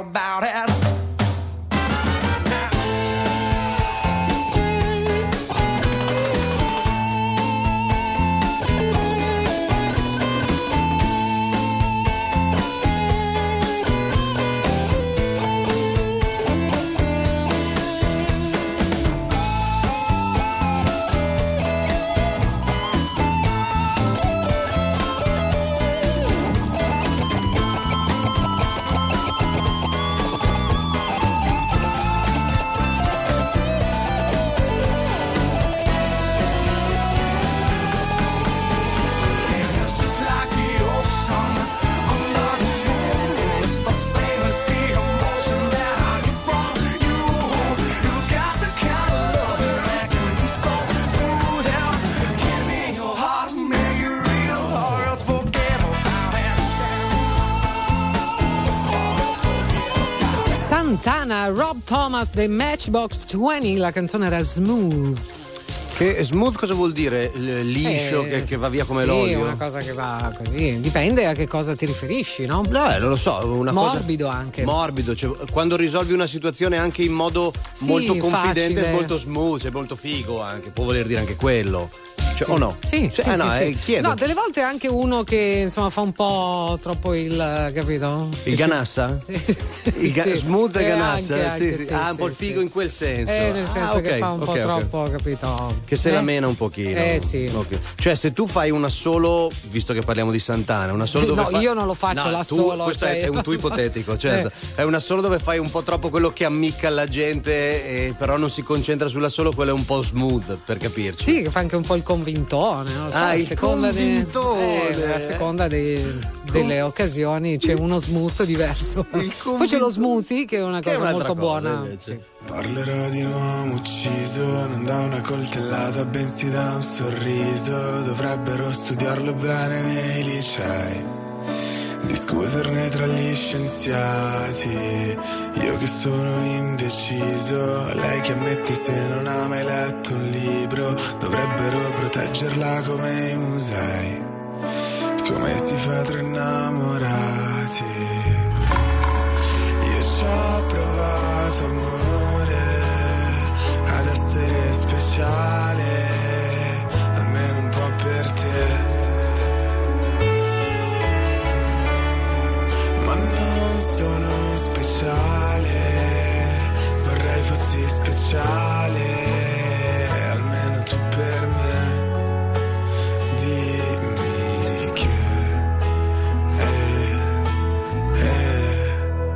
about it. Santana, Rob Thomas dei Matchbox venti, la canzone era Smooth. Che smooth cosa vuol dire? Liscio, Eh, che, che va via come sì, l'olio? una cosa che va così, dipende a che cosa ti riferisci, no? No, eh, non lo so, una Morbido cosa anche. morbido, cioè, quando risolvi una situazione anche in modo Sì, molto confidente, facile. molto smooth, è molto figo anche, può voler dire anche quello. Cioè, Sì. o no? Sì, Cioè, sì, eh, no, sì, eh, sì. chiedo. No, delle volte anche uno che insomma fa un po' troppo il, capito? Il ganassa? Sì. Il ga- Sì. smooth e Eh, ganassa? anche, sì, anche, sì. sì, Ah, un sì, po' il sì. figo in quel senso. Eh, nel senso Ah, che ok, fa un ok, po' ok. troppo, capito? Che se Eh? la mena un pochino. Eh, sì. Ok. Cioè, se tu fai una solo, visto che parliamo di Santana, una solo dove No, fai- io non lo faccio No, la tu- solo, Questo cioè- è, è un tuo ipotetico, certo. Eh. È una solo dove fai un po' troppo quello che ammicca alla gente, e però non si concentra sulla solo, quello è un po' smooth, per capirci. Sì, che fa anche un po' il convintone, non lo so, Ah, a il seconda di- convintone. eh, a seconda dei- delle occasioni c'è uno smooth diverso. Poi c'è lo smoothie che è una Che è cosa un'altra molto cosa, buona. invece. Sì. Parlerò di un uomo ucciso, non da una coltellata, bensì da un sorriso. Dovrebbero studiarlo bene nei licei, discuterne tra gli scienziati. Io che sono indeciso, lei che ammette se non ha mai letto un libro. Dovrebbero proteggerla come i musei, come si fa tra innamorati. Io ci ho provato, amore, ad essere speciale, almeno un po' per te. Ma non sono speciale, vorrei fossi speciale, almeno tu per me. Dimmi che eh, eh.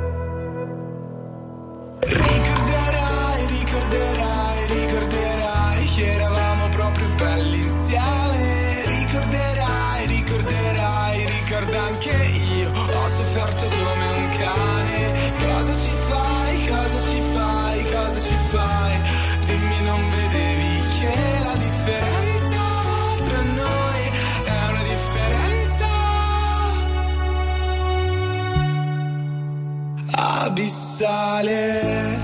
Ricorderai, ricorderai, ricorderai che eravamo proprio belli insieme. Ricorderai, ricorderai, ricorda anche io, ho sofferto come un cane. Cosa ci fai, cosa ci fai, cosa ci fai? Dimmi, non vedevi che la differenza tra noi è una differenza abissale.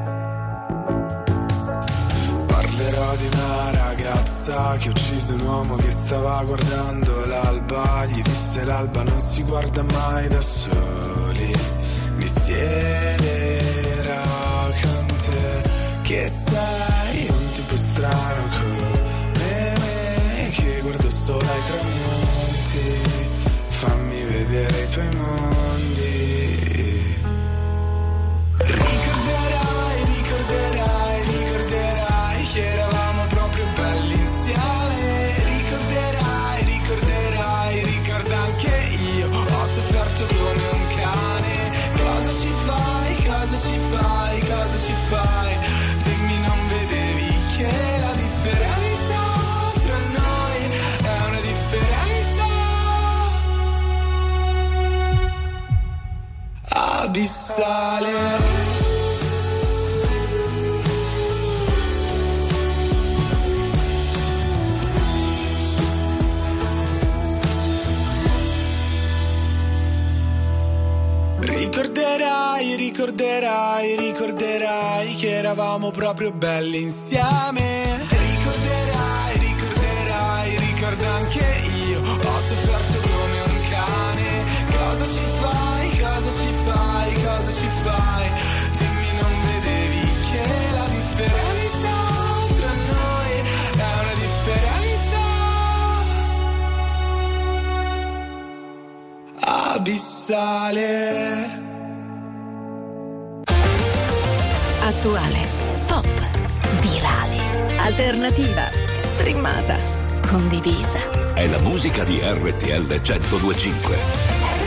Parlerò di una ragazza che ha ucciso un uomo che stava guardando l'alba. Gli disse l'alba non si guarda mai da soli. Mi siederò con te, che sei un tipo strano come me, che guardo solo ai tramonti. Fammi vedere i tuoi mondi. Ricorderai, ricorderai, ricorderai che eravamo proprio belli insieme. Ricorderai, ricorderai, ricorda anche io, ho sofferto come un cane. Cosa ci fai, cosa ci fai, cosa ci fai? Dimmi, non vedevi che la differenza tra noi è una differenza abissale. Ricorderai, ricorderai, ricorderai che eravamo proprio belli insieme. Ricorderai, ricorderai, ricorda anche io, ho sofferto come un cane. Cosa ci fai, cosa ci fai, cosa ci fai? abissale. Attuale, pop, virale, alternativa, streamata, condivisa. È la musica di R T L centodue e cinque.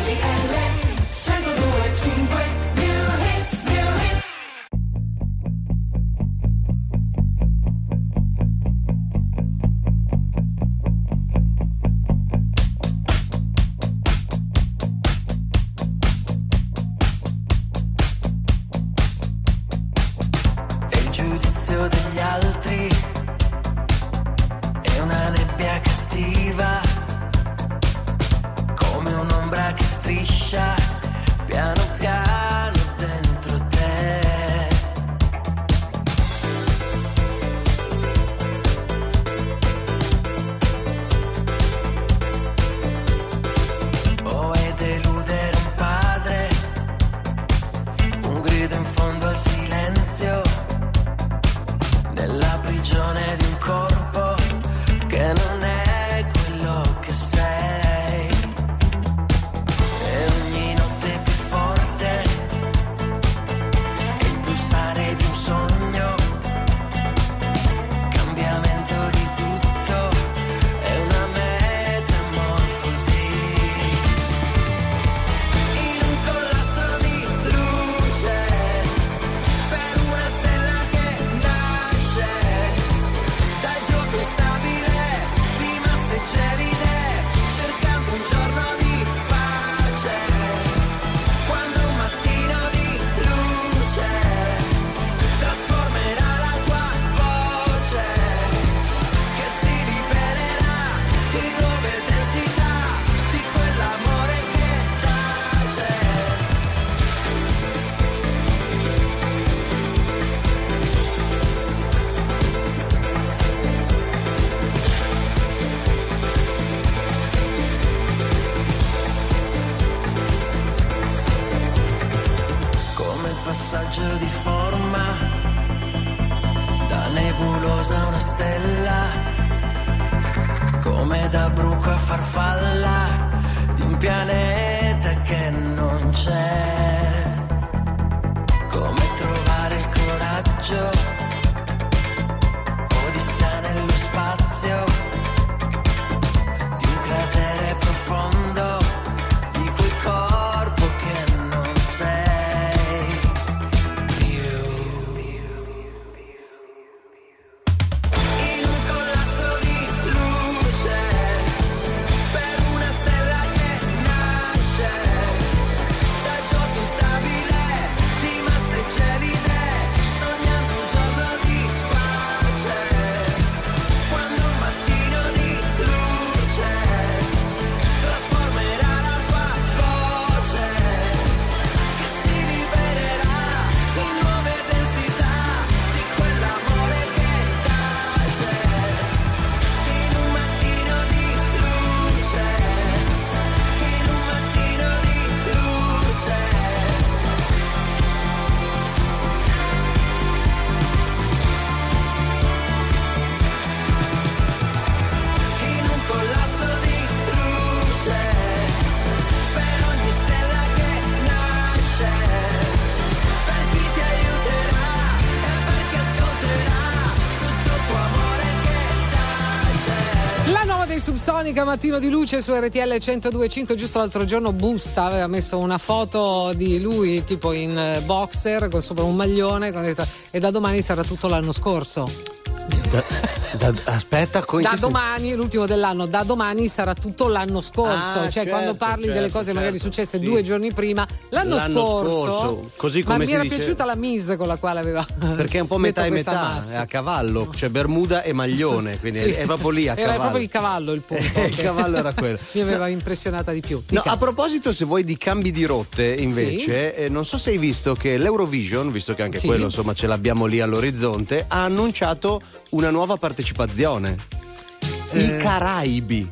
Subsonica, Mattino di luce su R T L centodue e cinque. Giusto l'altro giorno Busta aveva messo una foto di lui tipo in boxer con sopra un maglione con detto, e da domani sarà tutto l'anno scorso. Da, da, aspetta, da domani, l'ultimo dell'anno, da domani sarà tutto l'anno scorso. Ah, cioè, certo, quando parli certo, delle cose certo, magari successe sì. due giorni prima, l'anno, l'anno scorso, scorso così come ma si mi era dice... piaciuta la mise con la quale aveva. Perché è un po' metà e metà, massa. è a cavallo, cioè Bermuda e maglione, quindi sì. è proprio lì a era cavallo. Era proprio il cavallo il punto. Il cavallo era quello. Mi aveva impressionata di più. No, a proposito, se vuoi, di cambi di rotte, invece, sì. eh, non so se hai visto che l'Eurovision, visto che anche sì. quello insomma ce l'abbiamo lì all'orizzonte, ha annunciato una nuova partecipazione. I Caraibi.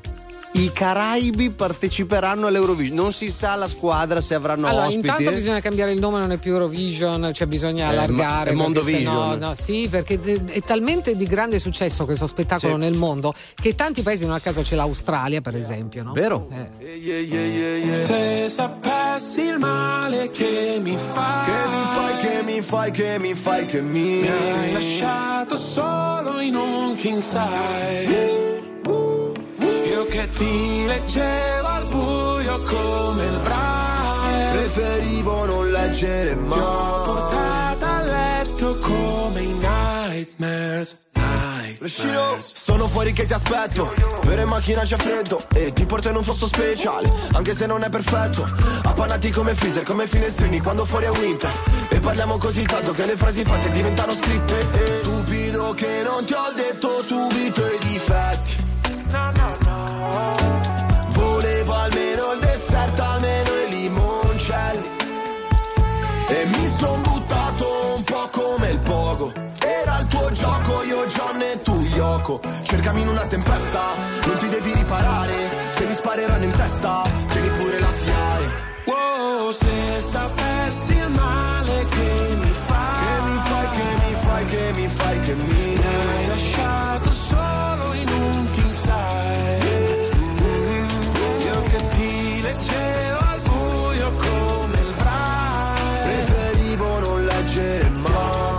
i Caraibi parteciperanno all'Eurovision. Non si sa la squadra se avranno allora, ospiti. Intanto bisogna cambiare il nome, non è più Eurovision, cioè bisogna allargare. È Mondovision. No, no, sì, perché è talmente di grande successo questo spettacolo sì. nel mondo che tanti paesi, non a caso c'è l'Australia per esempio, no? Vero? Eh. Yeah, yeah, yeah, yeah. Se sapessi il male che mi fai, che mi fai, che mi fai, che mi fai, che mi, mi hai lasciato solo in un king size. Io che ti leggevo al buio come il Braille, preferivo non leggere mai. Ti ho portata a letto come i nightmares. Sono fuori che ti aspetto, per in macchina c'è freddo e ti porto in un posto speciale, anche se non è perfetto. Appannati come freezer, come finestrini quando fuori è winter. E parliamo così tanto che le frasi fatte diventano scritte. E stupido che non ti ho detto subito i difetti. No, no, no. Volevo almeno il dessert, almeno i limoncelli. E mi son buttato un po' come il pogo. Era il tuo gioco, io John e tu Yoko. Cercami in una tempesta, non ti devi riparare. Se mi spareranno in testa, tieni pure la S I A E. Wow, se sapessi il male che mi fai, che mi fai, che mi fai, che mi fai, che mi, mi hai lasciato solo in un king size. Io che ti leggevo al buio come il Braille, preferivo non leggere mai.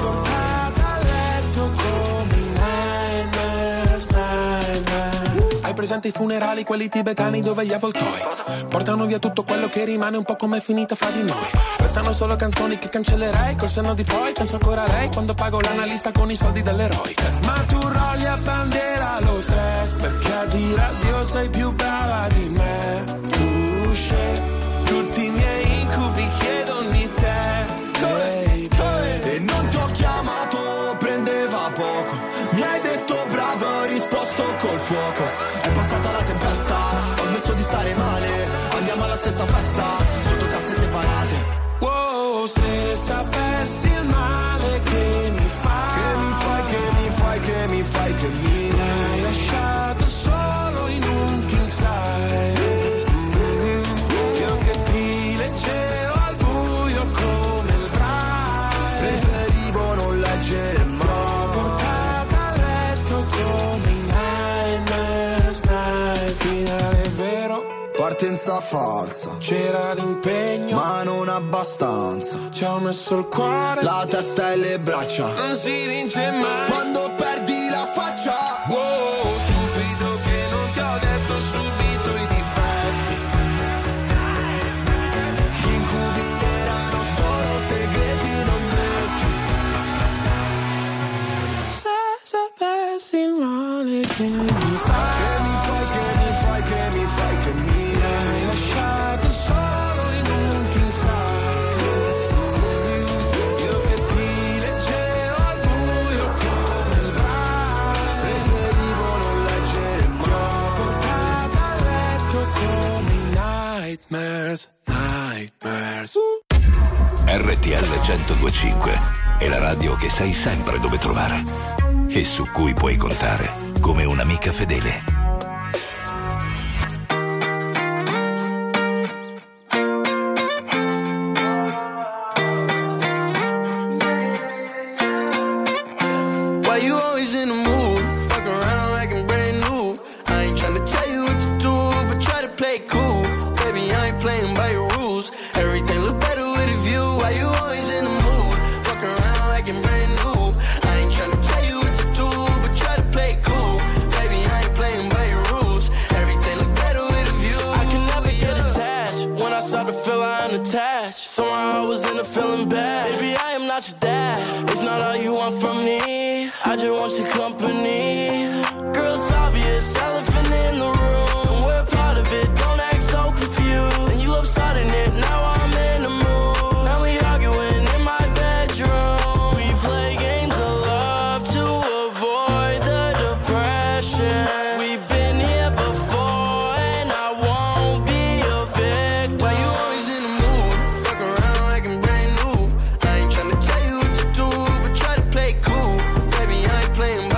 Hai presente i funerali, quelli tibetani dove gli avvoltoi portano via tutto quello che rimane, un po' come è finita fra di noi. Restano solo canzoni che cancellerei col senno di poi. Penso ancora a lei quando pago l'analista con i soldi dell'eroe. Ma tu rolli a bandiera lo stress, perché a dire addio sei più brava di me. Tu scegli tutti i miei incubi, chiedono di te, baby. E non ti ho chiamato, prendeva poco. Mi hai detto bravo, ho risposto col fuoco. È passata la tempesta, ho smesso di stare male. Andiamo alla stessa festa, sotto casse separate. Wow, se sapessi il male che mi fai, che mi fai, che mi fai, che mi fai, che mi, mi hai lasciato solo in un king size. Io che ti leggevo al buio come il Braille, preferivo non leggere mai. Partenza falsa, c'era l'impegno, ma non abbastanza. Ci ho messo il cuore, la testa e le braccia. Non si vince mai quando perdi la faccia. Wow, stupido che non ti ho detto subito i difetti. Gli incubi erano solo segreti non detti. Se sapessi il male che mi fai, che mi fai, che mi fai, che mi fai, che mi hai lasciato solo in un king size. Io che ti leggevo al buio come il Braille, preferivo non leggere mai. Ti ho portato a letto come i nightmares, nightmares. R T L centodue e cinque è la radio che sai sempre dove trovare e su cui puoi contare come un'amica fedele. Playing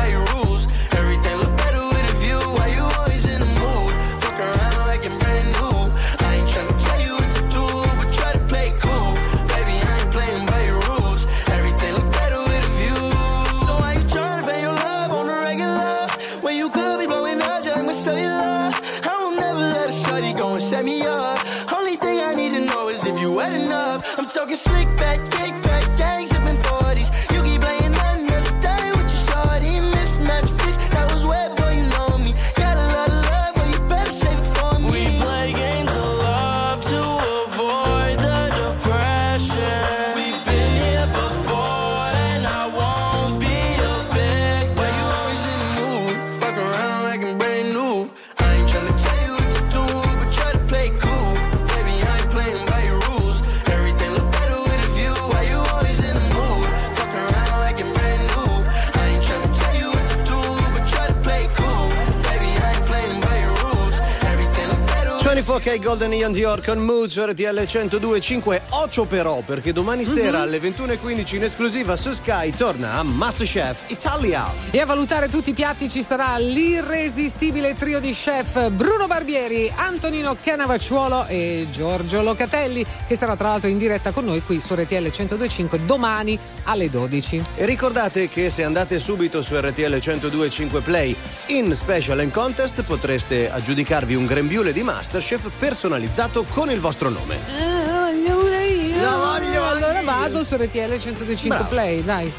talking slick back, kick back, gang sipping forties. You keep playing another day with your shorty. Mismatch fish, that was wet before you know me. Got a lot of love, but you better save it for me. We play games of love to avoid the depression. We've been here before and I won't be a victim. Why you always in the mood? Fuck around like I'm brand new. I ain't tryna tell you what to do, but try to play cool. Baby, I ain't playing by your rules. Everything look better with a view. Why you always in the mood? Fuck around like I'm brand new. I ain't tryna tell you what to do, but try to play cool. Baby, I ain't playing by your rules. Everything look better with ventiquattro K Golden Ian Dior con Mood su R T L centodue e cinque. Occhio però, perché domani sera Mhm. alle ventuno e quindici in esclusiva su Sky torna Masterchef Italia. E a valutare tutti i piatti ci sarà l'irresistibile trio di chef Bruno Barbieri, Antonino Cannavacciuolo e Giorgio Locatelli, che sarà tra l'altro in diretta con noi qui su R T L centodue e cinque domani alle dodici. E ricordate che se andate subito su R T L centodue e cinque Play in Special and Contest potreste aggiudicarvi un grembiule di Masterchef personalizzato con il vostro nome. Eh, voglio pure io. Lo voglio allora anche vado io. su R T L centodue e cinque Bravo. Play, dai.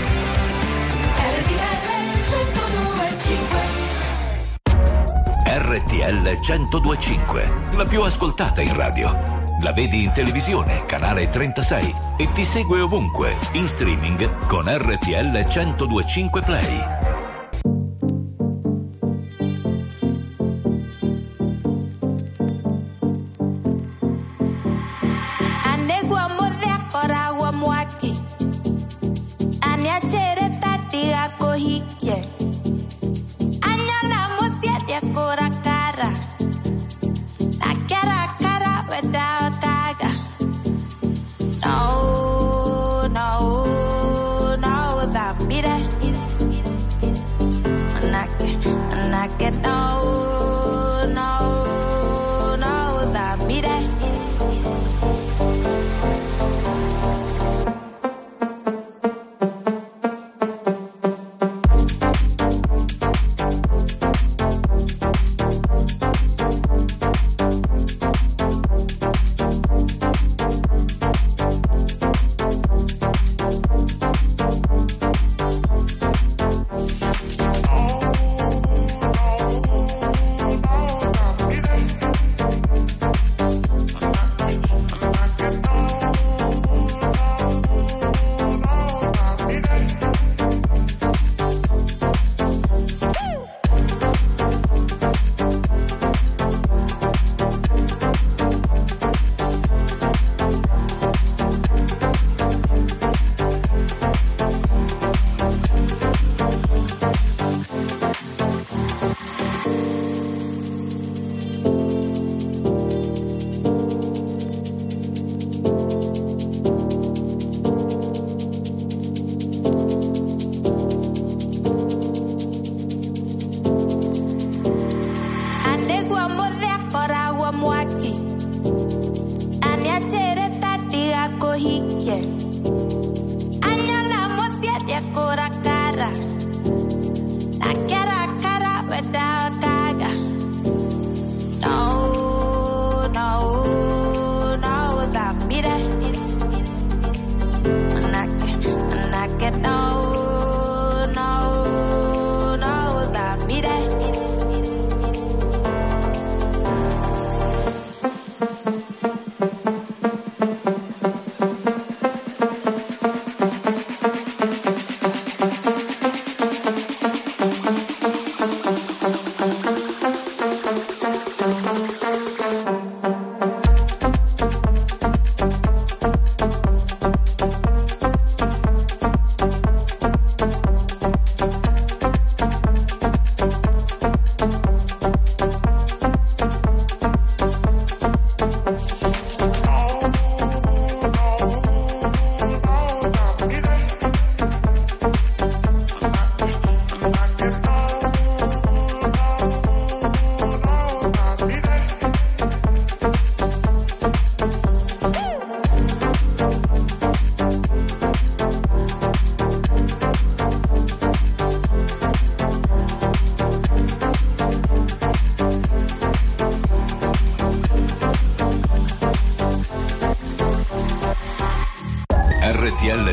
R T L centodue e cinque, la più ascoltata in radio. La vedi in televisione, canale trentasei, e ti segue ovunque, in streaming con R T L centodue e cinque Play. Anegua modea koragua mwaki. Aniachere tatiga kohike. Anyana mosia kora cara. Nakera cara without kaga. No, no, no, that mire. Manake, manake, no, no, no, that mire.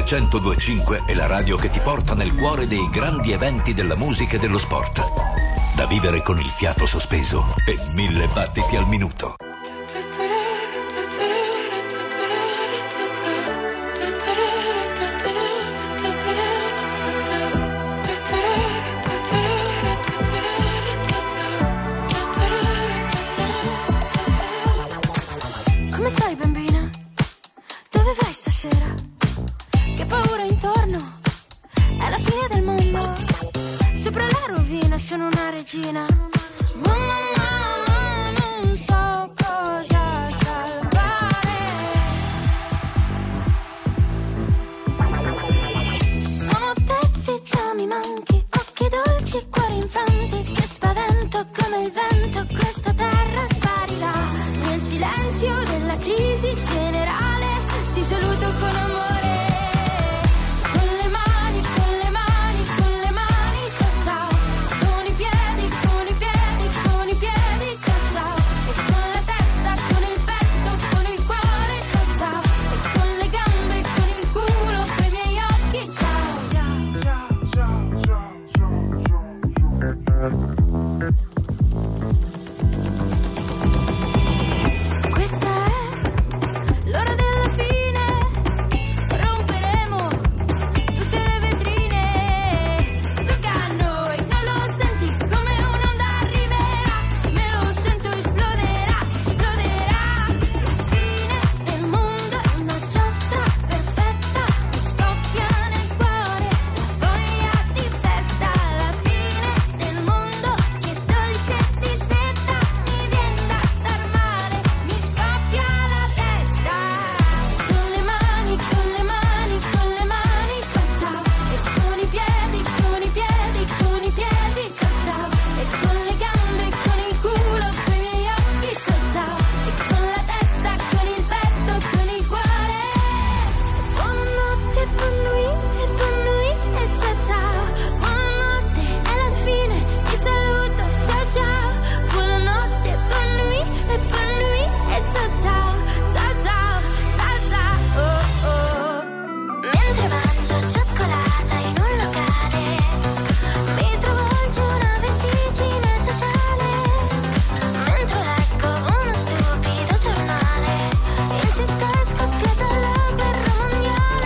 centodue e cinque è la radio che ti porta nel cuore dei grandi eventi della musica e dello sport. Da vivere con il fiato sospeso e mille battiti al minuto. Come stai, bambina? Dove vai stasera? Che paura intorno? È la fine del mondo. Sopra la rovina sono una regina. Mamma, mamma, non so cosa salvare. Sono pezzi, già mi manchi. Occhi dolci, cuori infranti. Che spavento come il vento. Questa terra sparirà nel silenzio della crisi generale. Ti saluto con amore. Questa è l'ora della fine. Romperemo tutte le vetrine. Tocca a noi, non lo senti come un'onda arriverà. Me lo sento, esploderà, esploderà. La fine del mondo è una giostra perfetta. Mi scoppia nel cuore la voglia di festa. La fine del mondo che dolce distetta. Mi viene da star male, mi scoppia la testa. Con le mani, con le mani, con le mani, ciao ciao. E con i piedi, con i piedi, con i piedi, ciao ciao. E con le gambe, con il culo, con i miei occhi, ciao ciao. E con la testa, con il petto, con il cuore. Buonanotte, buon nuit, e buon nuit, e ciao ciao. Buonanotte, è la fine, ti saluto, ciao ciao. Buonanotte, buon nuit, e buon nuit, e ciao ciao. Ciao ciao, ciao ciao, oh oh. Mentre mangio cioccolata in un locale, mi travolge una vertigine sociale. Mentre leggo uno stupido giornale, in città è scoppiata la guerra mondiale.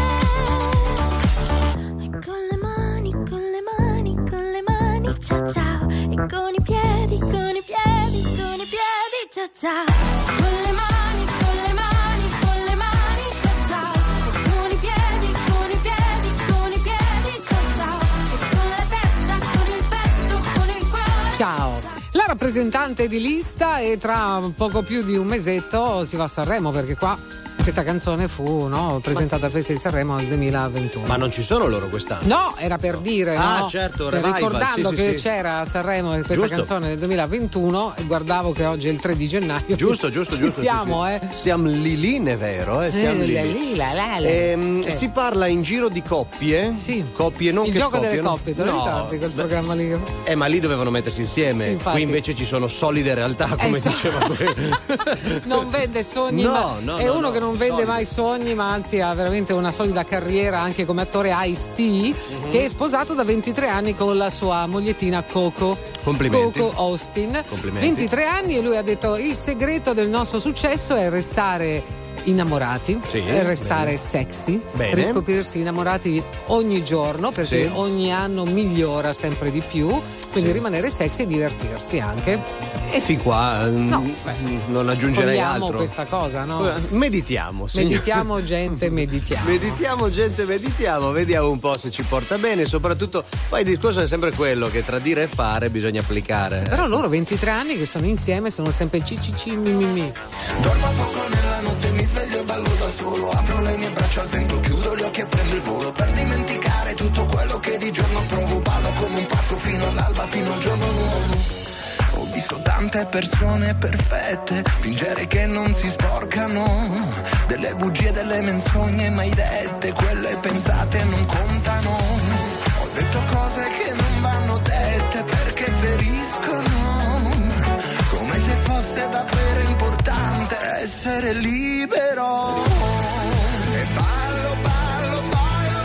E con le mani, con le mani, con le mani, ciao ciao. E con i piedi, con i piedi, con i piedi, ciao ciao. Con le mani, con le mani, con le mani, ciao ciao. E con i piedi, con i piedi, con i piedi, ciao ciao. E con la testa, con il petto, con il cuore. Ciao. La rappresentante di lista e tra poco più di un mesetto si va a Sanremo, perché qua questa canzone fu, no, presentata al Festival di Sanremo nel duemilaventuno. Ma non ci sono loro quest'anno? No, era per dire, ah, no? certo, Per revival, ricordando sì, che sì, c'era a Sanremo questa Giusto. canzone nel duemilaventuno e guardavo che oggi è il tre di gennaio. Giusto, giusto, Ci giusto. siamo, sì, sì. eh. Siamo lì lì, è vero, eh? Siamo Eh, lì lì, lì. la, la, la. Ehm, Eh. Si parla in giro di coppie. Sì. Coppie non Il che gioco delle scoppiano. coppie, te lo No, ricordi quel beh, programma lì? Eh, ma lì dovevano mettersi insieme. Sì, infatti. Qui invece ci sono solide realtà, come Eh, so- diceva quello. Non vende sogni, No, ma no, è no, uno no, che non vende solide. mai sogni, ma anzi ha veramente una solida carriera anche come attore. Ice-T, Mhm. che è sposato da ventitré anni con la sua mogliettina Coco. Complimenti. Coco Austin. Complimenti. ventitré anni e lui ha detto: il segreto del nostro successo è restare innamorati, Sì, e restare bene. sexy, Bene. riscoprirsi innamorati ogni giorno, perché Sì. ogni anno migliora sempre di più, quindi Sì. rimanere sexy e divertirsi anche. E fin qua mm, No, non aggiungerei Vogliamo altro. questa cosa, no? Meditiamo, signor. Meditiamo, gente, meditiamo. Meditiamo, gente, meditiamo, vediamo un po' se ci porta bene. Soprattutto, poi il discorso è sempre quello che tra dire e fare bisogna applicare. Però loro ventitré anni che sono insieme, sono sempre ciccici mi mi mi. Dormo poco nella notte, mi sveglio e ballo da solo. Apro le mie braccia al vento, chiudo gli occhi e prendo il volo. Per dimenticare tutto quello che di giorno provo. Ballo come un pazzo fino all'alba, fino al giorno nuovo. Ho visto tante persone perfette fingere che non si sporcano, delle bugie, delle menzogne mai dette, quelle pensate non contano. Ho detto cose che non vanno dette perché feriscono, come se fosse davvero importante essere libero. E ballo, ballo, ballo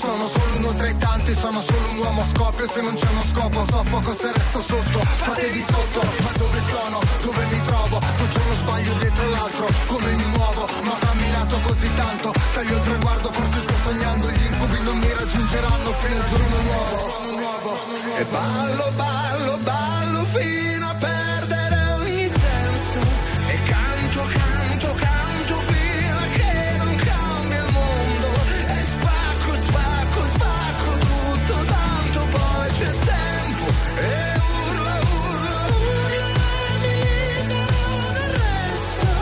Sono solo uno tra i tanti, sono solo un uomo a scoppio. Se non c'è uno scopo soffoco, se resto sotto, fatevi sotto. Ma dove sono? Dove mi trovo? Un giorno sbaglio dietro l'altro, come mi muovo? Ma ho camminato così tanto, taglio il traguardo, forse sto sognando. Gli incubi non mi raggiungeranno fino al giorno nuovo. E ballo, ballo, ballo fino a perdere ogni senso. E canto, canto, canto fino a che non cambia il mondo. E spacco, spacco, spacco tutto, tanto poi c'è tempo. E urla, urla, urla, mi libero del resto.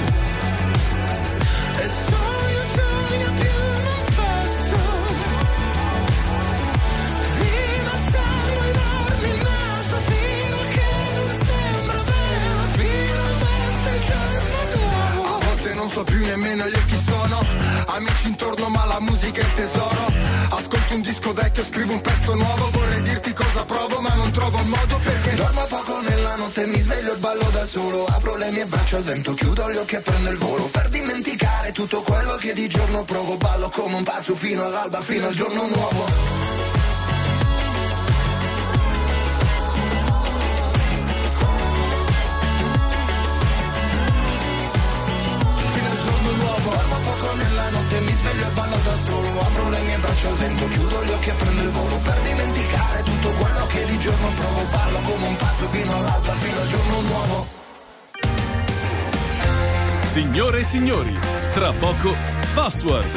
E sogno, sogno più non posso. Fino a sangue enorme in naso, fino a che non sembra vero. Finalmente il giorno nuovo. A volte non so più nemmeno io chi sono. Amici intorno ma la musica è il tesoro. Ascolto un disco vecchio, scrivo un pezzo nuovo. Vorrei dirti cosa provo ma non trovo il modo perché dormo poco nella notte, mi sveglio e ballo da solo. Apro le mie braccia al vento, chiudo gli occhi e prendo il volo. Per dimenticare tutto quello che di giorno provo. Ballo come un pazzo fino all'alba, fino al giorno nuovo. Nella notte mi sveglio e ballo da solo. Apro le mie braccia al vento, chiudo gli occhi e prendo il volo. Per dimenticare tutto quello che di giorno provo. Ballo come un pazzo fino all'alba, fino al giorno nuovo. Signore e signori, tra poco Password.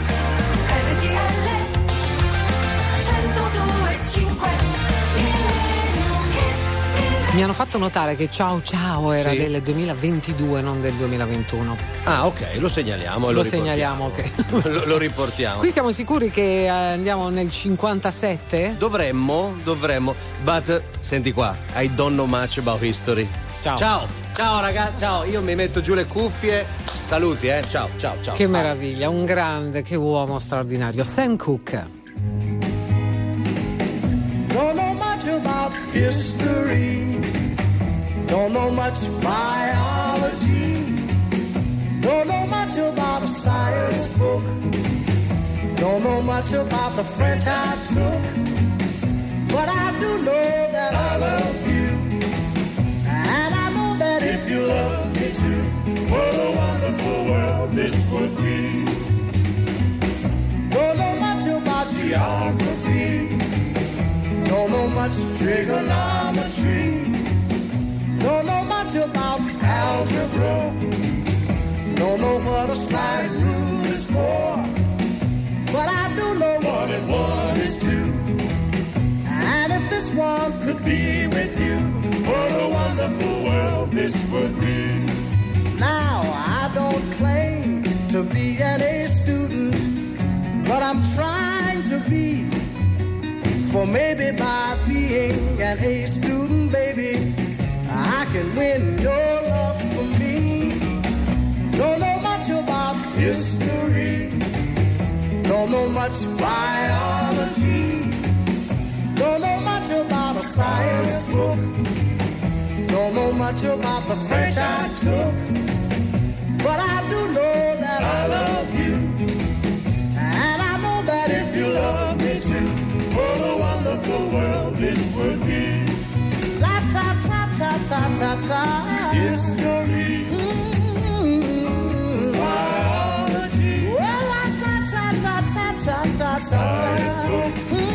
Mi hanno fatto notare che Ciao Ciao era Sì. del duemilaventidue, non del duemilaventuno. Ah, ok, lo segnaliamo. e Lo riportiamo. segnaliamo, ok. lo, lo riportiamo. Qui siamo sicuri che eh, andiamo nel cinquantasette? Dovremmo, dovremmo. But, senti qua, I don't know much about history. Ciao. Ciao, ciao ragazzi, ciao. Io mi metto giù le cuffie. Saluti, eh. Ciao, ciao, ciao. Che meraviglia, un grande, che uomo straordinario. Sam Cooke. Don't know much about history. Don't know much biology. Don't know much about a science book. Don't know much about the French I took. But I do know that I love you. And I know that if you love me too, what a wonderful world this would be. Don't know much about geography. Don't know much trigonometry. Don't know much about algebra. Don't know what a slide rule is for. But I do know one and one is two. And if this one could be with you, what a wonderful world this would be. Now I don't claim to be an A student, but I'm trying to be. For maybe by being an A student, baby, I can win your love for me. Don't know much about history. Don't know much biology. Don't know much about a science book. Don't know much about the French I took. But I do know that I love you. And I know that if you love me too, what a wonderful world this would be. La ta ta ta ta ta ta. History. Mm-hmm. Biology. Well, la ta ta ta ta ta ta ta. Science book.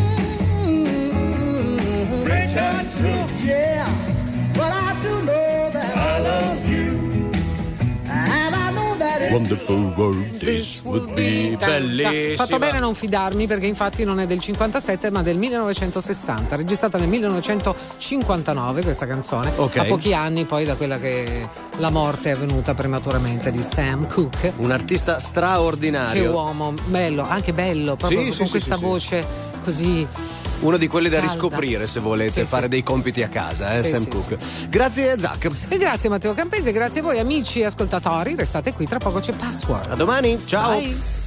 Mm-hmm. French I took. Yeah, but I do know that I love you. And I know that if Wonderful world this would be. Bellissima. Fatto bene a non fidarmi, perché infatti non è del cinquantasette ma del millenovecentosessanta, registrata nel millenovecentocinquantanove questa canzone, Ok. a pochi anni poi da quella che la morte è avvenuta prematuramente di Sam Cooke. Un artista straordinario. Che uomo, bello, anche bello, proprio Sì, con sì, sì, questa sì, sì. voce così. Uno di quelli da calda. riscoprire se volete Sì, fare sì. dei compiti a casa, eh, Sì, Sam sì, Cooke. Grazie Zac. E grazie Matteo Campese, grazie a voi amici ascoltatori, restate qui, tra poco c'è Password. A domani, ciao. Bye.